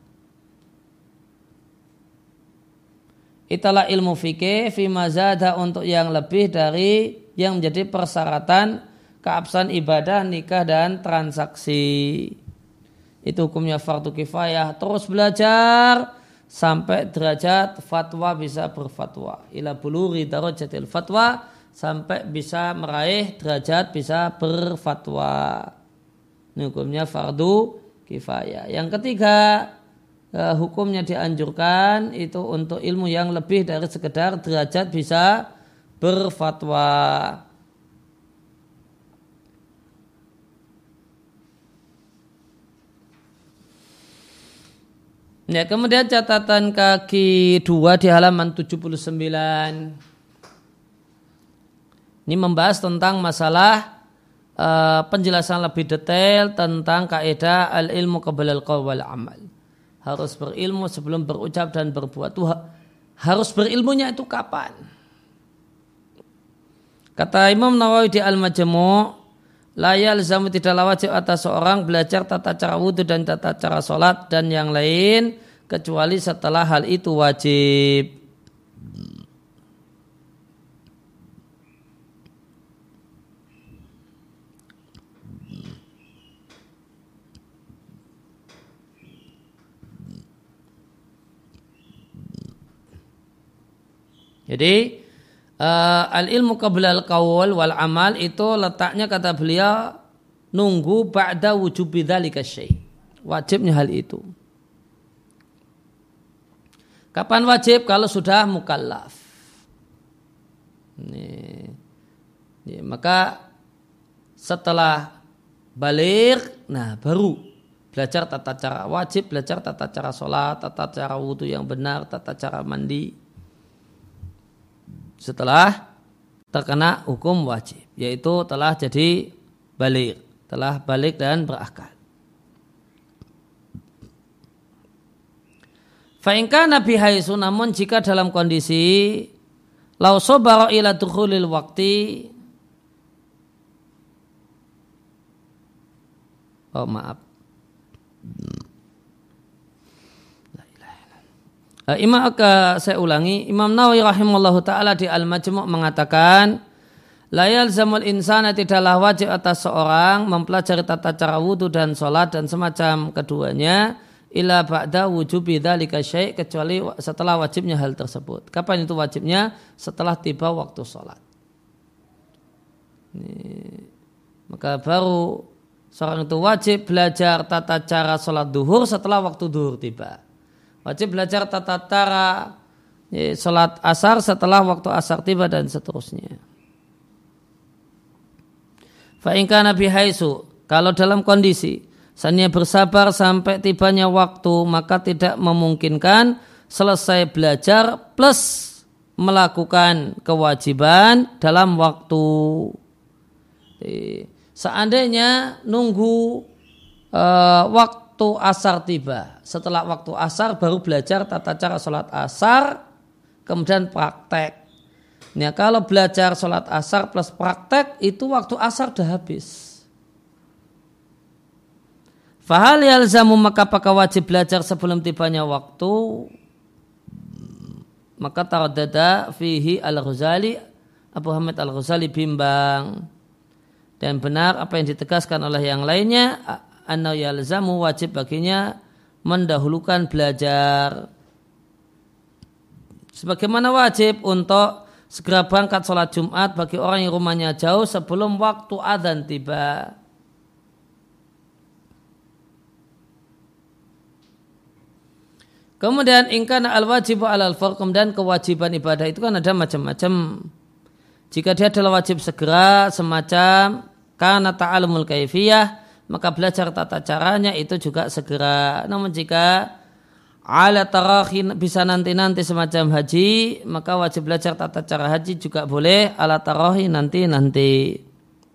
Itulah ilmu fikih fi mazada untuk yang lebih dari yang menjadi persyaratan keabsahan ibadah, nikah dan transaksi. Itu hukumnya fardu kifayah. Terus belajar sampai derajat fatwa bisa berfatwa. Ila buluri darajatil fatwa, sampai bisa meraih derajat bisa berfatwa. Ini hukumnya fardu kifayah. Yang ketiga, eh, hukumnya dianjurkan itu untuk ilmu yang lebih dari sekedar derajat bisa berfatwa. Ya, kemudian catatan kaki dua di halaman tujuh puluh sembilan. Ini membahas tentang masalah Uh, penjelasan lebih detail tentang kaidah al-ilmu qabla al-qaul wal amal. Harus berilmu sebelum berucap dan berbuat. Tuh, harus berilmunya itu kapan? Kata Imam Nawawi di Al-Majmu', la yalzamu tidaklah wajib atas seorang belajar tata cara wudu dan tata cara sholat dan yang lain kecuali setelah hal itu wajib. Jadi uh, al-ilmu qabla al-qaul wal amal itu letaknya kata beliau nunggu ba'da wujubi dzalika syai'. Wajibnya hal itu. Kapan wajib? Kalau sudah mukallaf. Ini, ini, maka setelah baligh, nah baru Belajar tata cara wajib, belajar tata cara sholat, tata cara wudhu yang benar, tata cara mandi. Setelah terkena hukum wajib, yaitu telah jadi balik, telah balik dan berakal. Fa'inka nabi haisu, namun jika dalam kondisi lau sobaro ila dukhulil wakti, oh maaf, Uh, Imam uh, saya ulangi, Imam Nawawi rahimallahu taala di Al-Majmu' mengatakan, la yalzamul insana, tidaklah wajib atas seorang mempelajari tata cara wudu dan sholat dan semacam keduanya illa ba'da wujubi dzalika syai', kecuali setelah wajibnya hal tersebut. Kapan itu wajibnya? Setelah tiba waktu sholat. Ini, maka baru seorang itu wajib belajar tata cara sholat duhur setelah waktu duhur tiba. Wajib belajar tata cara ya, sholat asar setelah waktu asar tiba dan seterusnya. Fa'inka nabi haisu, kalau dalam kondisi seandainya bersabar sampai tibanya waktu, maka tidak memungkinkan selesai belajar plus melakukan kewajiban dalam waktu. Seandainya nunggu uh, waktu waktu asar tiba, setelah waktu asar baru belajar tata cara sholat asar, kemudian praktek. Nah, kalau belajar sholat asar plus praktek itu waktu asar sudah habis. Fahal yalzamu, maka apakah wajib belajar sebelum tibanya waktu? Maka taraddada fihi Al-Ghazali, Abu Hamid Al-Ghazali bimbang, dan benar apa yang ditegaskan oleh yang lainnya, anna yalzamu, wajib baginya mendahulukan belajar. Sebagaimana wajib untuk segera berangkat sholat Jumat bagi orang yang rumahnya jauh sebelum waktu adzan tiba. Kemudian ingkana al-wajibu alal fardh, kemudian kewajiban ibadah itu kan ada macam-macam. Jika dia adalah wajib segera semacam kana ta'allumul kaifiyah, maka belajar tata caranya itu juga segera. Namun jika ala tarakhin, bisa nanti-nanti semacam haji, maka wajib belajar tata cara haji juga boleh ala tarakhin, nanti-nanti.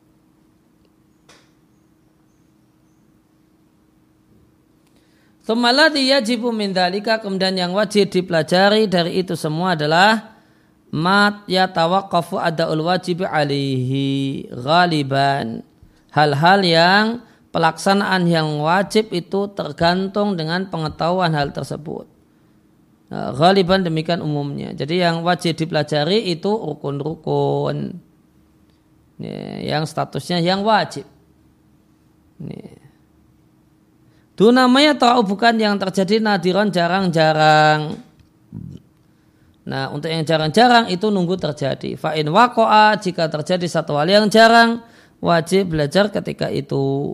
Tsumalladzi yajibu min dzalika, kemudian yang wajib dipelajari dari itu semua adalah mat yatawaqqafu adaul wajibi alaihi ghaliban, hal-hal yang pelaksanaan yang wajib itu tergantung dengan pengetahuan hal tersebut. Nah, ghaliban demikian umumnya. Jadi yang wajib dipelajari itu rukun-rukun nih, yang statusnya yang wajib. Itu namanya tahu, bukan yang terjadi nadiron, jarang-jarang. Nah, untuk yang jarang-jarang itu nunggu terjadi. Fa'in waqa'a, jika terjadi satu hal yang jarang, wajib belajar ketika itu.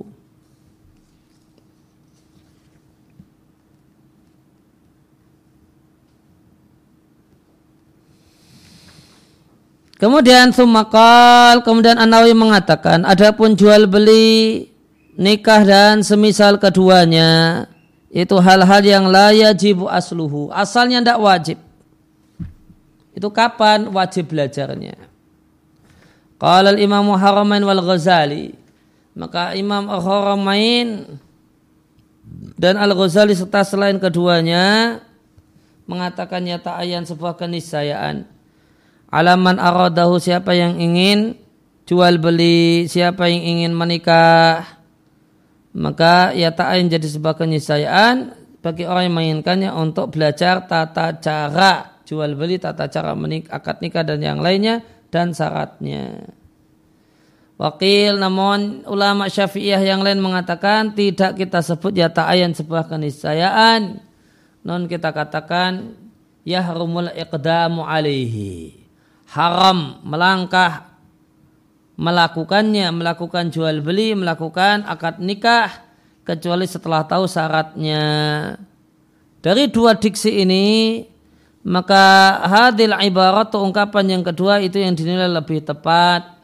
Kemudian sumakal, kemudian An-Nawawi mengatakan, adapun jual beli, nikah dan semisal keduanya, itu hal-hal yang la yajibu asluhu, asalnya tidak wajib. Itu kapan wajib belajarnya? Qala al-Imam Haramain wal Ghazali, maka Imam Haramain dan Al-Ghazali serta selain keduanya mengatakan nyata ayan sebuah keniscayaan. Alaman aradahu, siapa yang ingin jual beli, siapa yang ingin menikah, maka ya ta'ayin jadi sebuah keniscayaan bagi orang yang menginginkannya untuk belajar tata cara jual beli, tata cara menik, akad nikah dan yang lainnya dan syaratnya. Wakil, namun ulama Syafi'iyah yang lain mengatakan tidak kita sebut ya ta'ayin sebuah keniscayaan, non kita katakan yahrumul iqdamu alaihi, haram melangkah melakukannya, melakukan jual beli, melakukan akad nikah kecuali setelah tahu syaratnya. Dari dua diksi ini, maka hadil ibarat, ungkapan yang kedua itu yang dinilai lebih tepat.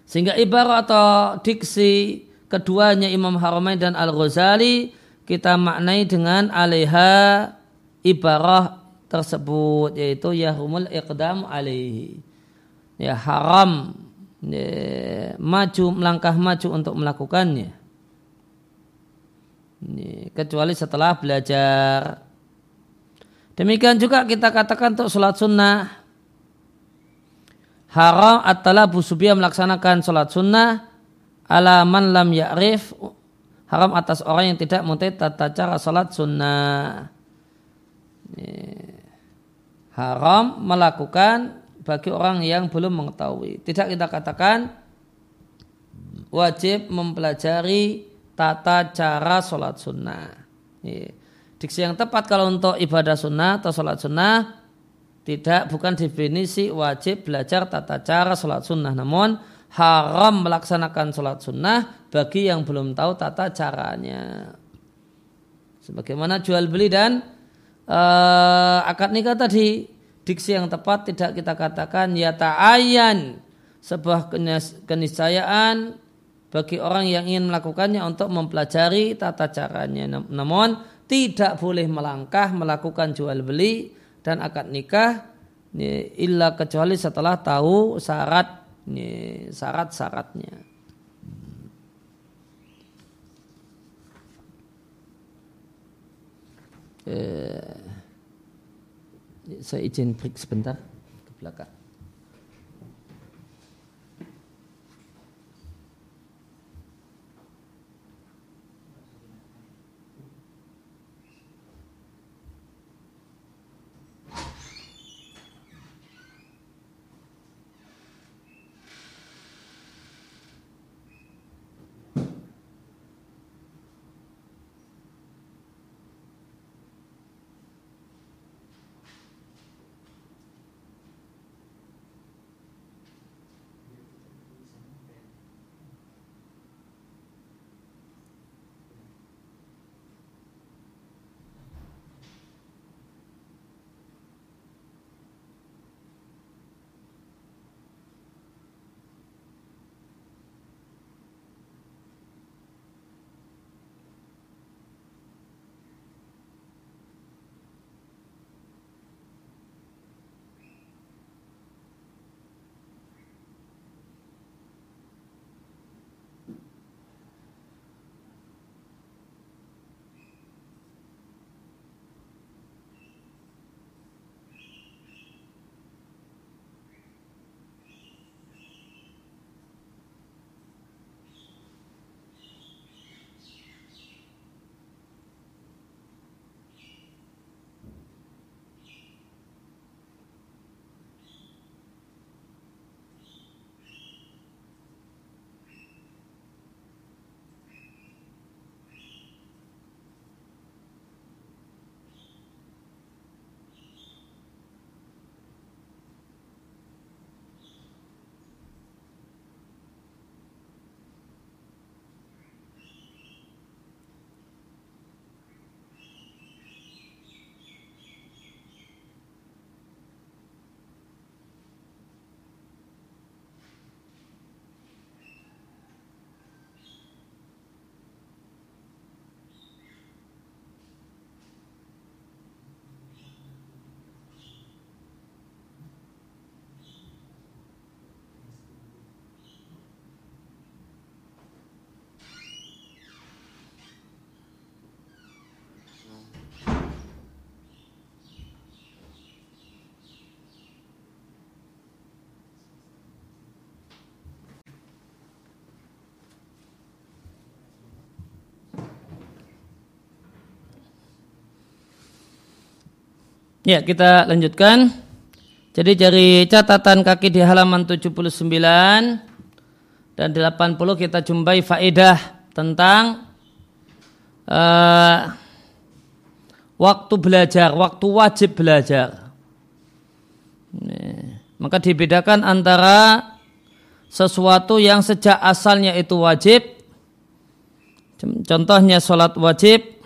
Sehingga ibarat atau diksi keduanya Imam Haramain dan Al-Ghazali kita maknai dengan alaiha ibarah tersebut, yaitu yahumul iqdam alaihi. Ya, haram ya, maju melangkah maju untuk melakukannya. Ya, kecuali setelah belajar. Demikian juga kita katakan untuk sholat sunnah. Haram at-talabusu biha melaksanakan sholat sunnah ala man lam ya'rif, haram atas orang yang tidak mengetahui tata cara sholat sunnah. Haram melakukan bagi orang yang belum mengetahui. Tidak kita katakan wajib mempelajari tata cara sholat sunnah. Diksi yang tepat kalau untuk ibadah sunnah atau sholat sunnah tidak, bukan definisi wajib belajar tata cara sholat sunnah, namun haram melaksanakan sholat sunnah bagi yang belum tahu tata caranya. Sebagaimana jual beli dan uh, akad nikah tadi, diksi yang tepat tidak kita katakan ya ta'ayyan, sebuah keniscayaan bagi orang yang ingin melakukannya untuk mempelajari tata caranya. Namun tidak boleh melangkah melakukan jual beli dan akad nikah illa kecuali setelah tahu syarat syarat-syaratnya. Eh, saya izin break sebentar ke belakang. Ya, kita lanjutkan. Jadi dari catatan kaki di halaman tujuh puluh sembilan dan delapan puluh kita jumpai faedah tentang uh, waktu belajar, waktu wajib belajar. Nih, maka dibedakan antara sesuatu yang sejak asalnya itu wajib, contohnya sholat wajib,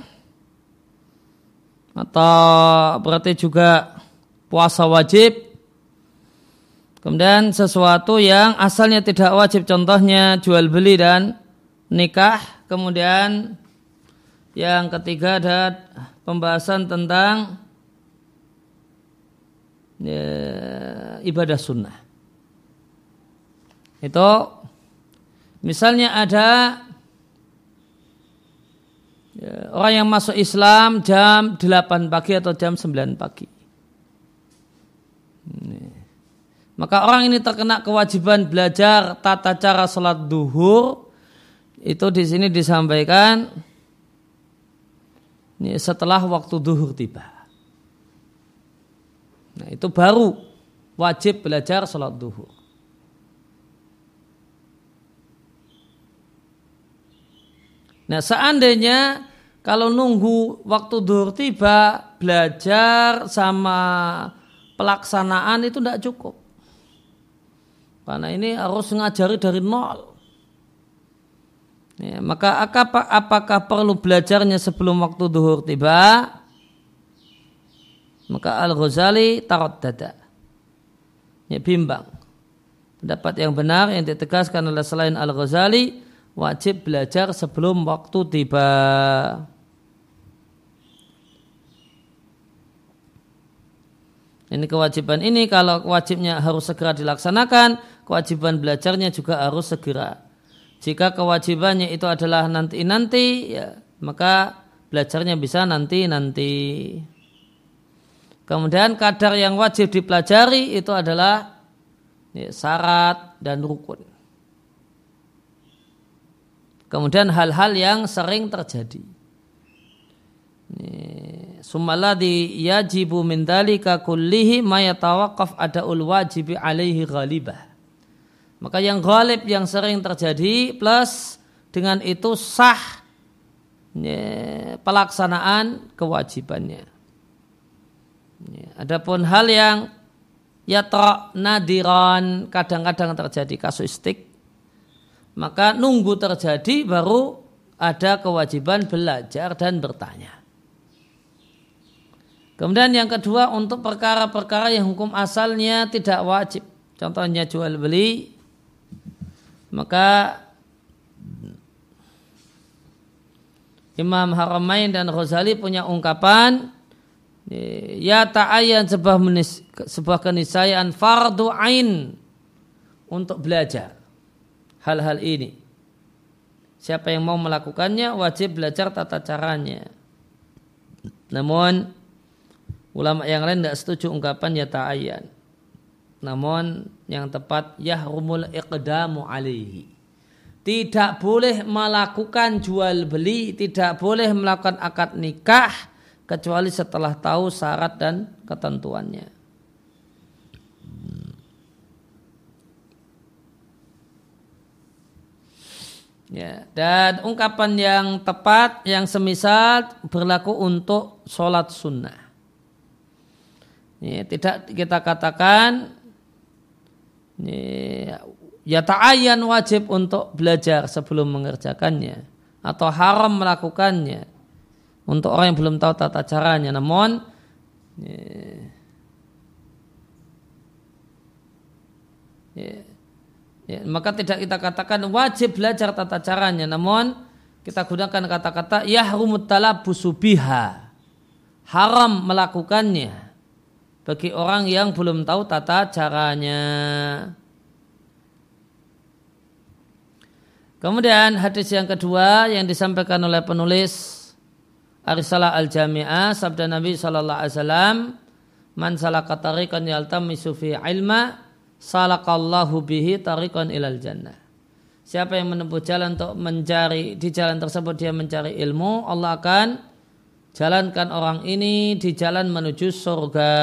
atau berarti juga puasa wajib, Kemudian sesuatu yang asalnya tidak wajib, contohnya jual beli dan nikah. Kemudian yang ketiga ada pembahasan tentang ya, ibadah sunnah. Itu misalnya ada ya, orang yang masuk Islam jam delapan pagi atau jam sembilan pagi. Ini. Maka orang ini terkena kewajiban belajar tata cara sholat duhur. Itu di sini disampaikan ini setelah waktu duhur tiba. Nah, itu baru wajib belajar sholat duhur. Nah, seandainya kalau nunggu waktu duhur tiba belajar sama pelaksanaan itu tidak cukup. Karena ini harus mengajari dari nol. Ya, maka apakah, apakah perlu belajarnya sebelum waktu duhur tiba? Maka Al-Ghazali taraddada. Ya, bimbang. Pendapat yang benar yang ditegaskan oleh selain Al-Ghazali, wajib belajar sebelum waktu tiba. Ini kewajiban ini kalau wajibnya harus segera dilaksanakan, kewajiban belajarnya juga harus segera. Jika kewajibannya itu adalah nanti-nanti, ya, maka belajarnya bisa nanti-nanti. Kemudian kadar yang wajib dipelajari itu adalah ya, syarat dan rukun. Kemudian hal-hal yang sering terjadi. Summalladzi yajibu min dzalika kullihi ma yatawaqqaf adaul wajibi alaihi ghalibah. Maka yang ghalib yang sering terjadi plus dengan itu sah ya, pelaksanaan kewajibannya. Ya, adapun hal yang yatra nadiran kadang-kadang terjadi kasuistik, maka nunggu terjadi baru ada kewajiban belajar dan bertanya. Kemudian yang kedua untuk perkara-perkara yang hukum asalnya tidak wajib. Contohnya jual beli. Maka Imam Haramain dan Ghazali punya ungkapan ya ta'ayyan sebuah, menis, sebuah keniscayaan fardu ain untuk belajar hal-hal ini. Siapa yang mau melakukannya wajib belajar tata caranya. Namun ulama yang lain tidak setuju ungkapan ya ta'ayyan. Namun yang tepat yahrumul iqdamu alaihi. Tidak boleh melakukan jual beli, tidak boleh melakukan akad nikah kecuali setelah tahu syarat dan ketentuannya. Ya, dan ungkapan yang tepat yang semisal berlaku untuk sholat sunnah. Ya, tidak kita katakan ya, ya ta'ayyan wajib untuk belajar sebelum mengerjakannya atau haram melakukannya untuk orang yang belum tahu tata caranya. Namun ya, ya, ya, maka tidak kita katakan wajib belajar tata caranya. Namun kita gunakan kata-kata yahrumut talabbusu biha, haram melakukannya bagi orang yang belum tahu tata caranya. Kemudian hadis yang kedua yang disampaikan oleh penulis Ar-Risalah Al-Jami'ah, sabda Nabi sallallahu alaihi wasallam, "Man salaka tariqan yaltamisu fi ilma, salakallahu bihi tariqan ilal jannah." Siapa yang menempuh jalan untuk mencari, di jalan tersebut dia mencari ilmu, Allah akan jalankan orang ini di jalan menuju surga.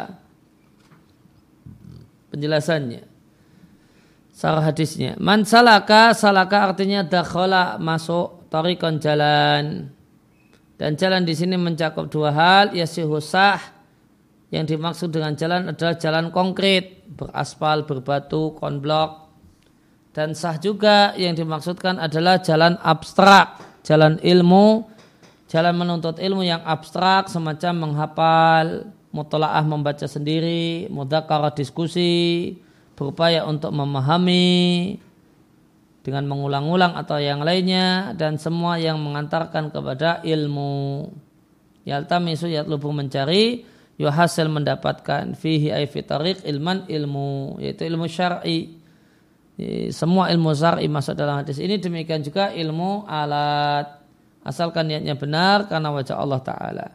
Penjelasannya, sarah hadisnya, man salaka, salaka artinya dakhala, masuk, tariqan jalan. Dan jalan di sini mencakup dua hal, yasihu sah, yang dimaksud dengan jalan adalah jalan konkret, beraspal, berbatu, konblok. Dan sah juga yang dimaksudkan adalah jalan abstrak, jalan ilmu, jalan menuntut ilmu yang abstrak semacam menghafal, mutola'ah membaca sendiri, mudzakarah diskusi, berupaya untuk memahami dengan mengulang-ulang atau yang lainnya, dan semua yang mengantarkan kepada ilmu. Yaltamisu yatlubu mencari, yuhasil mendapatkan, fihi ay fi tariq ilman ilmu, yaitu ilmu syar'i. Semua ilmu syar'i masuk dalam hadis ini, demikian juga ilmu alat, asalkan niatnya benar karena wajah Allah Ta'ala.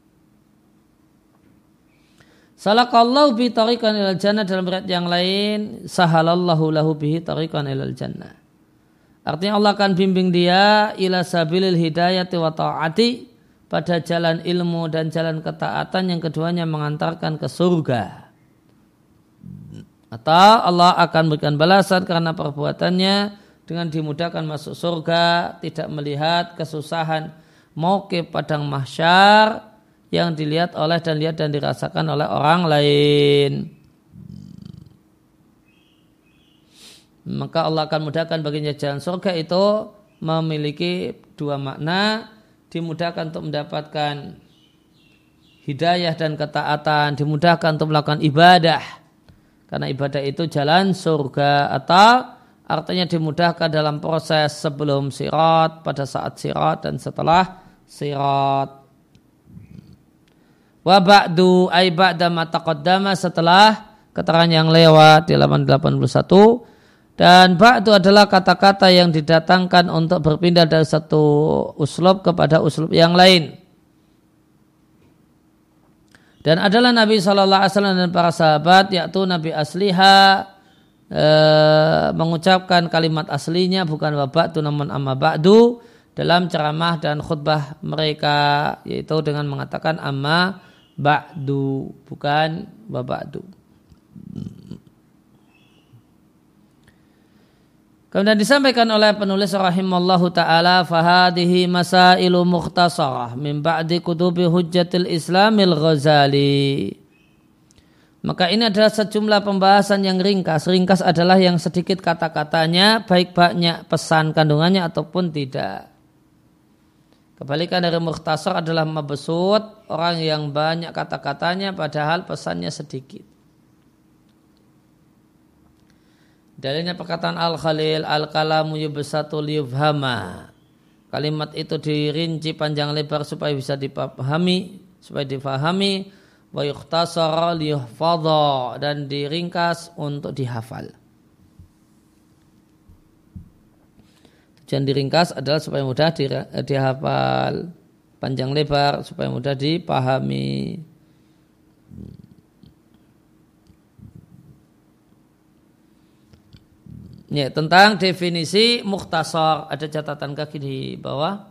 Salakallahu bi tariqan ilal jannah, dalam riwayat yang lain sahalallahu lahu bihi tariqan ilal jannah. Artinya Allah akan bimbing dia ila sabilil hidayati wa ta'ati, pada jalan ilmu dan jalan ketaatan yang keduanya mengantarkan ke surga. Atau Allah akan berikan balasan karena perbuatannya dengan dimudahkan masuk surga, tidak melihat kesusahan mauqif padang mahsyar yang dilihat oleh dan lihat dan dirasakan oleh orang lain. Maka Allah akan mudahkan baginya jalan surga itu memiliki dua makna, dimudahkan untuk mendapatkan hidayah dan ketaatan, dimudahkan untuk melakukan ibadah karena ibadah itu jalan surga, atau artinya dimudahkan dalam proses sebelum sirat, pada saat sirat dan setelah sirat. Wa ba'du ay ba'da ma taqaddama, setelah keterangan yang lewat di halaman delapan puluh satu. Dan ba'du adalah kata-kata yang didatangkan untuk berpindah dari satu uslub kepada uslub yang lain. Dan adalah Nabi shallallahu alaihi wasallam dan para sahabat, yaitu Nabi asliha, e, mengucapkan kalimat aslinya bukan wa ba'du namun amma ba'du dalam ceramah dan khutbah mereka, yaitu dengan mengatakan amma ba'du bukan wa ba'du. Kemudian disampaikan oleh penulis rahimallahu ta'ala, fahadihi masailu mukhtasarah min ba'di kutubi hujjatil islamil Ghazali. Maka ini adalah sejumlah pembahasan yang ringkas. Ringkas adalah yang sedikit kata-katanya, baik banyak pesan kandungannya ataupun tidak. Kebalikan dari mukhtasar adalah mabsut, orang yang banyak kata-katanya padahal pesannya sedikit. Dalilnya perkataan Al-Khalil, al-kalamu yubsatu liyufhama. Kalimat itu dirinci panjang lebar supaya bisa dipahami, supaya difahami, wa yukhtasara liyuhfadha, dan diringkas untuk dihafal. Tujuan diringkas adalah supaya mudah dihafal, panjang lebar supaya mudah dipahami. Ya, tentang definisi mukhtasar ada catatan kaki di bawah.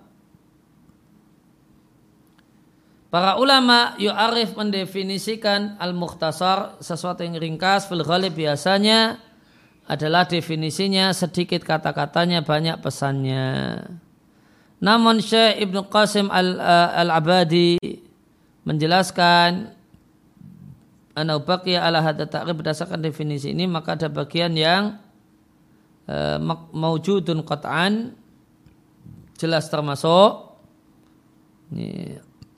Para ulama yu'arif mendefinisikan al-mukhtasar, sesuatu yang ringkas, fil ghalib biasanya adalah definisinya sedikit kata-katanya, banyak pesannya. Namun Syekh Ibnu Qasim al-Abadi menjelaskan anau baqiya ala hadza ta'rif, berdasarkan definisi ini maka ada bagian yang maujudun qat'an, jelas termasuk ini,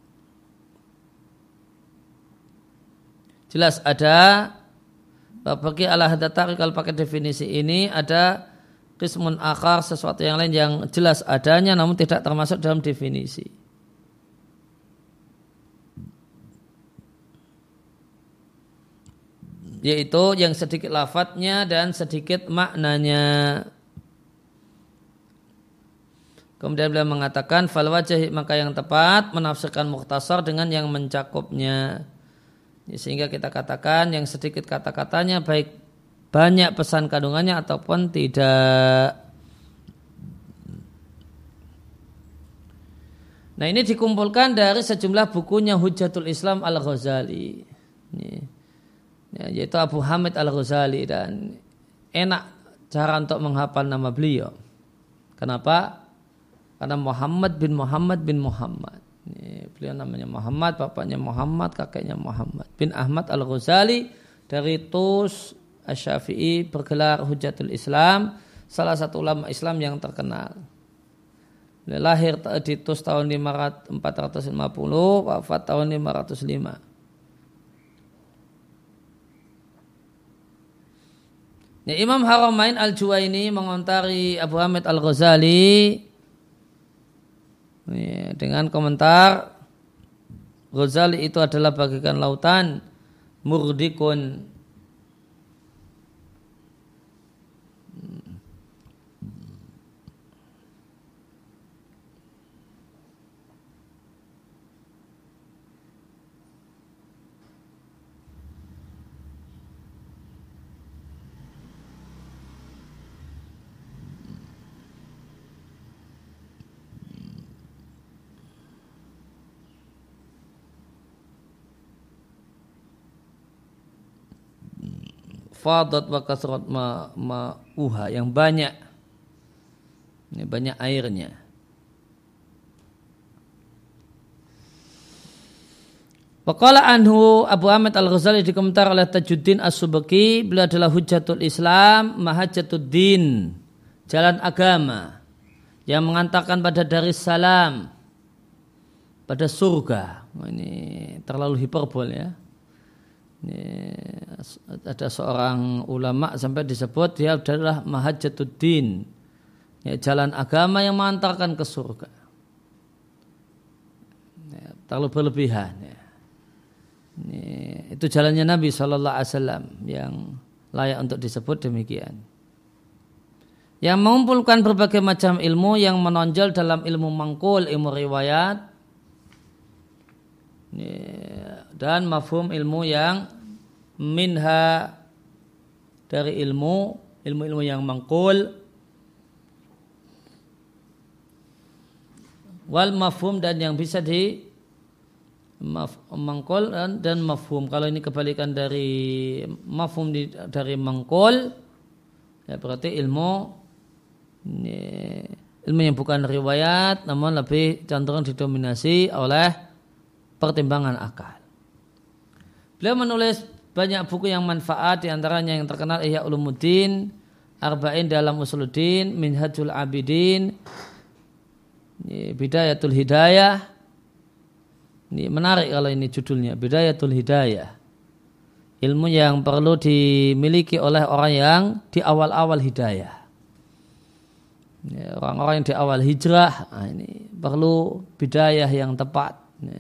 jelas ada bagi ala hadza ta'rif, kalau pakai definisi ini ada qismun akhar, sesuatu yang lain yang jelas adanya namun tidak termasuk dalam definisi. Yaitu yang sedikit lafadznya dan sedikit maknanya. Kemudian beliau mengatakan fal wajh, maka yang tepat menafsirkan mukhtasar dengan yang mencakupnya. Sehingga kita katakan yang sedikit kata-katanya baik banyak pesan kandungannya ataupun tidak. Nah, ini dikumpulkan dari sejumlah bukunya Hujjatul Islam Al-Ghazali. Ini. Ya, yaitu Abu Hamid Al-Ghazali, dan enak cara untuk menghafal nama beliau. Kenapa? Karena Muhammad bin Muhammad bin Muhammad. Ini, beliau namanya Muhammad, bapaknya Muhammad, kakeknya Muhammad bin Ahmad Al-Ghazali dari Tus Asy-Syafi'i, bergelar Hujjatul Islam, salah satu ulama Islam yang terkenal. Beliau lahir di Tus tahun empat ratus lima puluh, wafat tahun lima ratus lima. Ya, Imam Haramain Al-Juwaini mengomentari Abu Hamid Al-Ghazali ya, dengan komentar Ghazali itu adalah bagaikan lautan murdikun. Fadat wa kasrat ma, ma uha yang banyak, ini banyak airnya. Waqala anhu Abu Hamid Al-Ghazali dikomentar oleh Tajuddin As-Subaki, beliau adalah hujjatul Islam, mahajjatud din, jalan agama yang mengantarkan pada Darussalam, pada surga. Ini terlalu hiperbol ya. Ini ada seorang ulama sampai disebut dia adalah mahajjatuddin, ya, jalan agama yang mengantarkan ke surga. Ya, terlalu berlebihan. Ya. Ini, itu jalannya Nabi Shallallahu Alaihi Wasallam yang layak untuk disebut demikian. Yang mengumpulkan berbagai macam ilmu yang menonjol dalam ilmu mangkul, ilmu riwayat, dan mafhum ilmu yang minha dari ilmu ilmu-ilmu yang mangkul, wal mafhum dan yang bisa di maf, mangkul dan, dan mafhum. Kalau ini kebalikan dari mafhum di, dari mangkul, ya berarti ilmu ini, ilmu yang bukan riwayat namun lebih cenderung didominasi oleh pertimbangan akal. Beliau menulis banyak buku yang manfaat, diantaranya yang terkenal Ihya Ulumuddin, Arba'in dalam Usuluddin, Minhajul Abidin, Bidayatul Hidayah. Ini menarik kalau ini judulnya, Bidayatul Hidayah. Ilmu yang perlu dimiliki oleh orang yang di awal-awal hidayah. Orang-orang yang di awal hijrah, nah ini perlu bidayah yang tepat.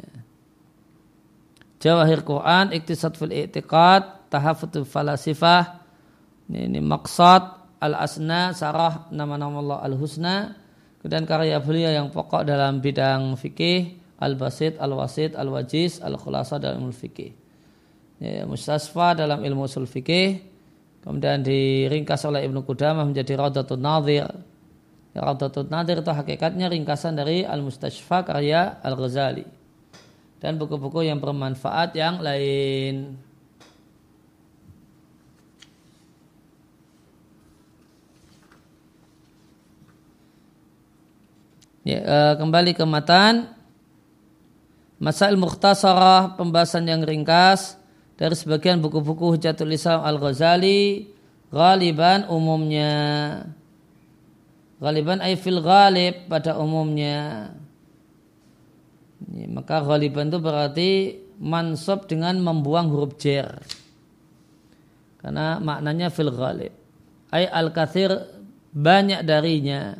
Jawahir Quran, Iktisad fil I'tiqad, Tahaffutul Falasifah, ini, ini Maqsad, Al-Asna, Sarah nama-nama Allah Al-Husna, kemudian karya beliau yang pokok dalam bidang fikih, Al-Basit, Al-Wasit, Al-Wajiz, Al-Khulasa dalam ilmu fikih, ya, Mustasfa dalam ilmu usul fikih, kemudian diringkas oleh Ibnu Qudamah menjadi Rawdatun Nadhir. Ya, Rawdatun Nadhir itu hakikatnya ringkasan dari Al-Mustashfa karya Al-Ghazali. Dan buku-buku yang bermanfaat yang lain. Ya, uh, kembali ke matan. Masail Mukhtasarah, pembahasan yang ringkas dari sebagian buku-buku Hujjatul Islam Al-Ghazali, ghaliban umumnya. Ghaliban ay fil ghalib, pada umumnya. Ya, maka ghaliban itu berarti mansub dengan membuang huruf jar. Karena maknanya fil ghalib. Ay al-kathir, banyak darinya.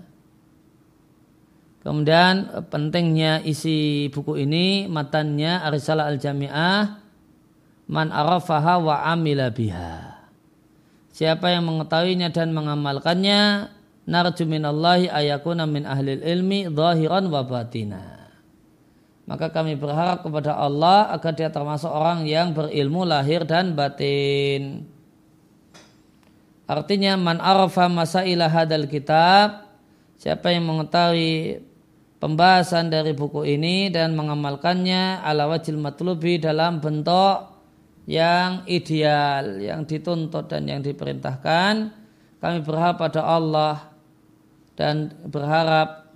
Kemudian pentingnya isi buku ini, matannya Ar-Risalah Al-Jami'ah, man arafaha wa amila biha. Siapa yang mengetahuinya dan mengamalkannya, narju minallahi ayakuna min ahlil ilmi zahiran wa batina. Maka kami berharap kepada Allah agar dia termasuk orang yang berilmu lahir dan batin. Artinya man arafa masailah hadal kitab, siapa yang mengetahui pembahasan dari buku ini dan mengamalkannya ala wajil matlubi, dalam bentuk yang ideal, yang dituntut dan yang diperintahkan, kami berharap pada Allah dan berharap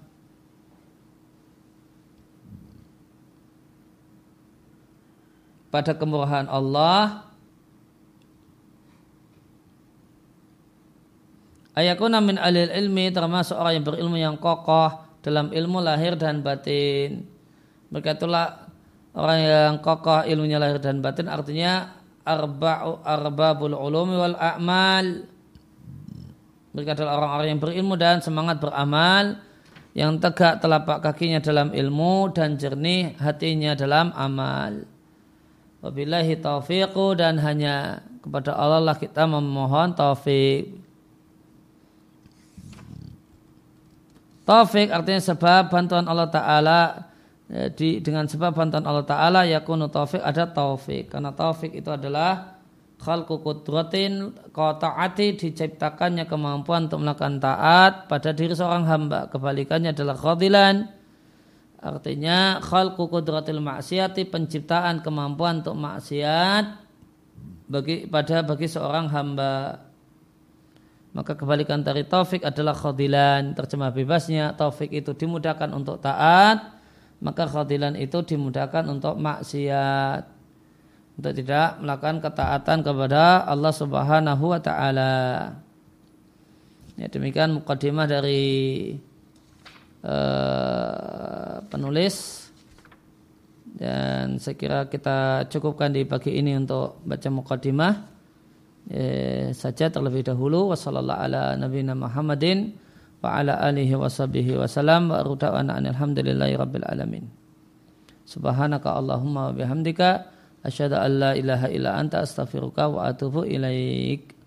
pada kemurahan Allah, ayakuna min alil ilmi, termasuk orang yang berilmu yang kokoh dalam ilmu lahir dan batin. Mereka itulah orang yang kokoh ilmunya lahir dan batin, artinya arba'u arbabul ulumi wal a'mal, Mereka adalah orang-orang yang berilmu dan semangat beramal, yang tegak telapak kakinya dalam ilmu dan jernih hatinya dalam amal. Wabillahi taufiqu, dan hanya kepada Allah lah kita memohon taufik. Taufik artinya sebab bantuan Allah Ta'ala. Di, dengan sebab bantuan Allah Ta'ala yakunu taufik, ada taufik. Karena taufik itu adalah khalqu qudratin qata'ati, diciptakannya kemampuan untuk melakukan taat pada diri seorang hamba. Kebalikannya adalah khadilan, artinya khalqu qudratil maksiati, penciptaan kemampuan untuk maksiat bagi pada bagi seorang hamba. Maka kebalikan dari taufik adalah khadilan. Terjemah bebasnya, taufik itu dimudahkan untuk taat, maka khadilan itu dimudahkan untuk maksiat, untuk tidak melakukan ketaatan kepada Allah Subhanahu wa Ta'ala. Ya, demikian muqaddimah dari uh, penulis, dan saya kira kita cukupkan di pagi ini untuk baca muqaddimah ya, saja terlebih dahulu. Wassallallahu ala nabiyina Muhammadin wa ala alihi wa sahbihi wa salam wa ruda'ana alhamdulillahi rabbil alamin. Subhanaka Allahumma wa bihamdika asyhadu an la ilaha illa anta astaghfiruka wa atubu ilaik.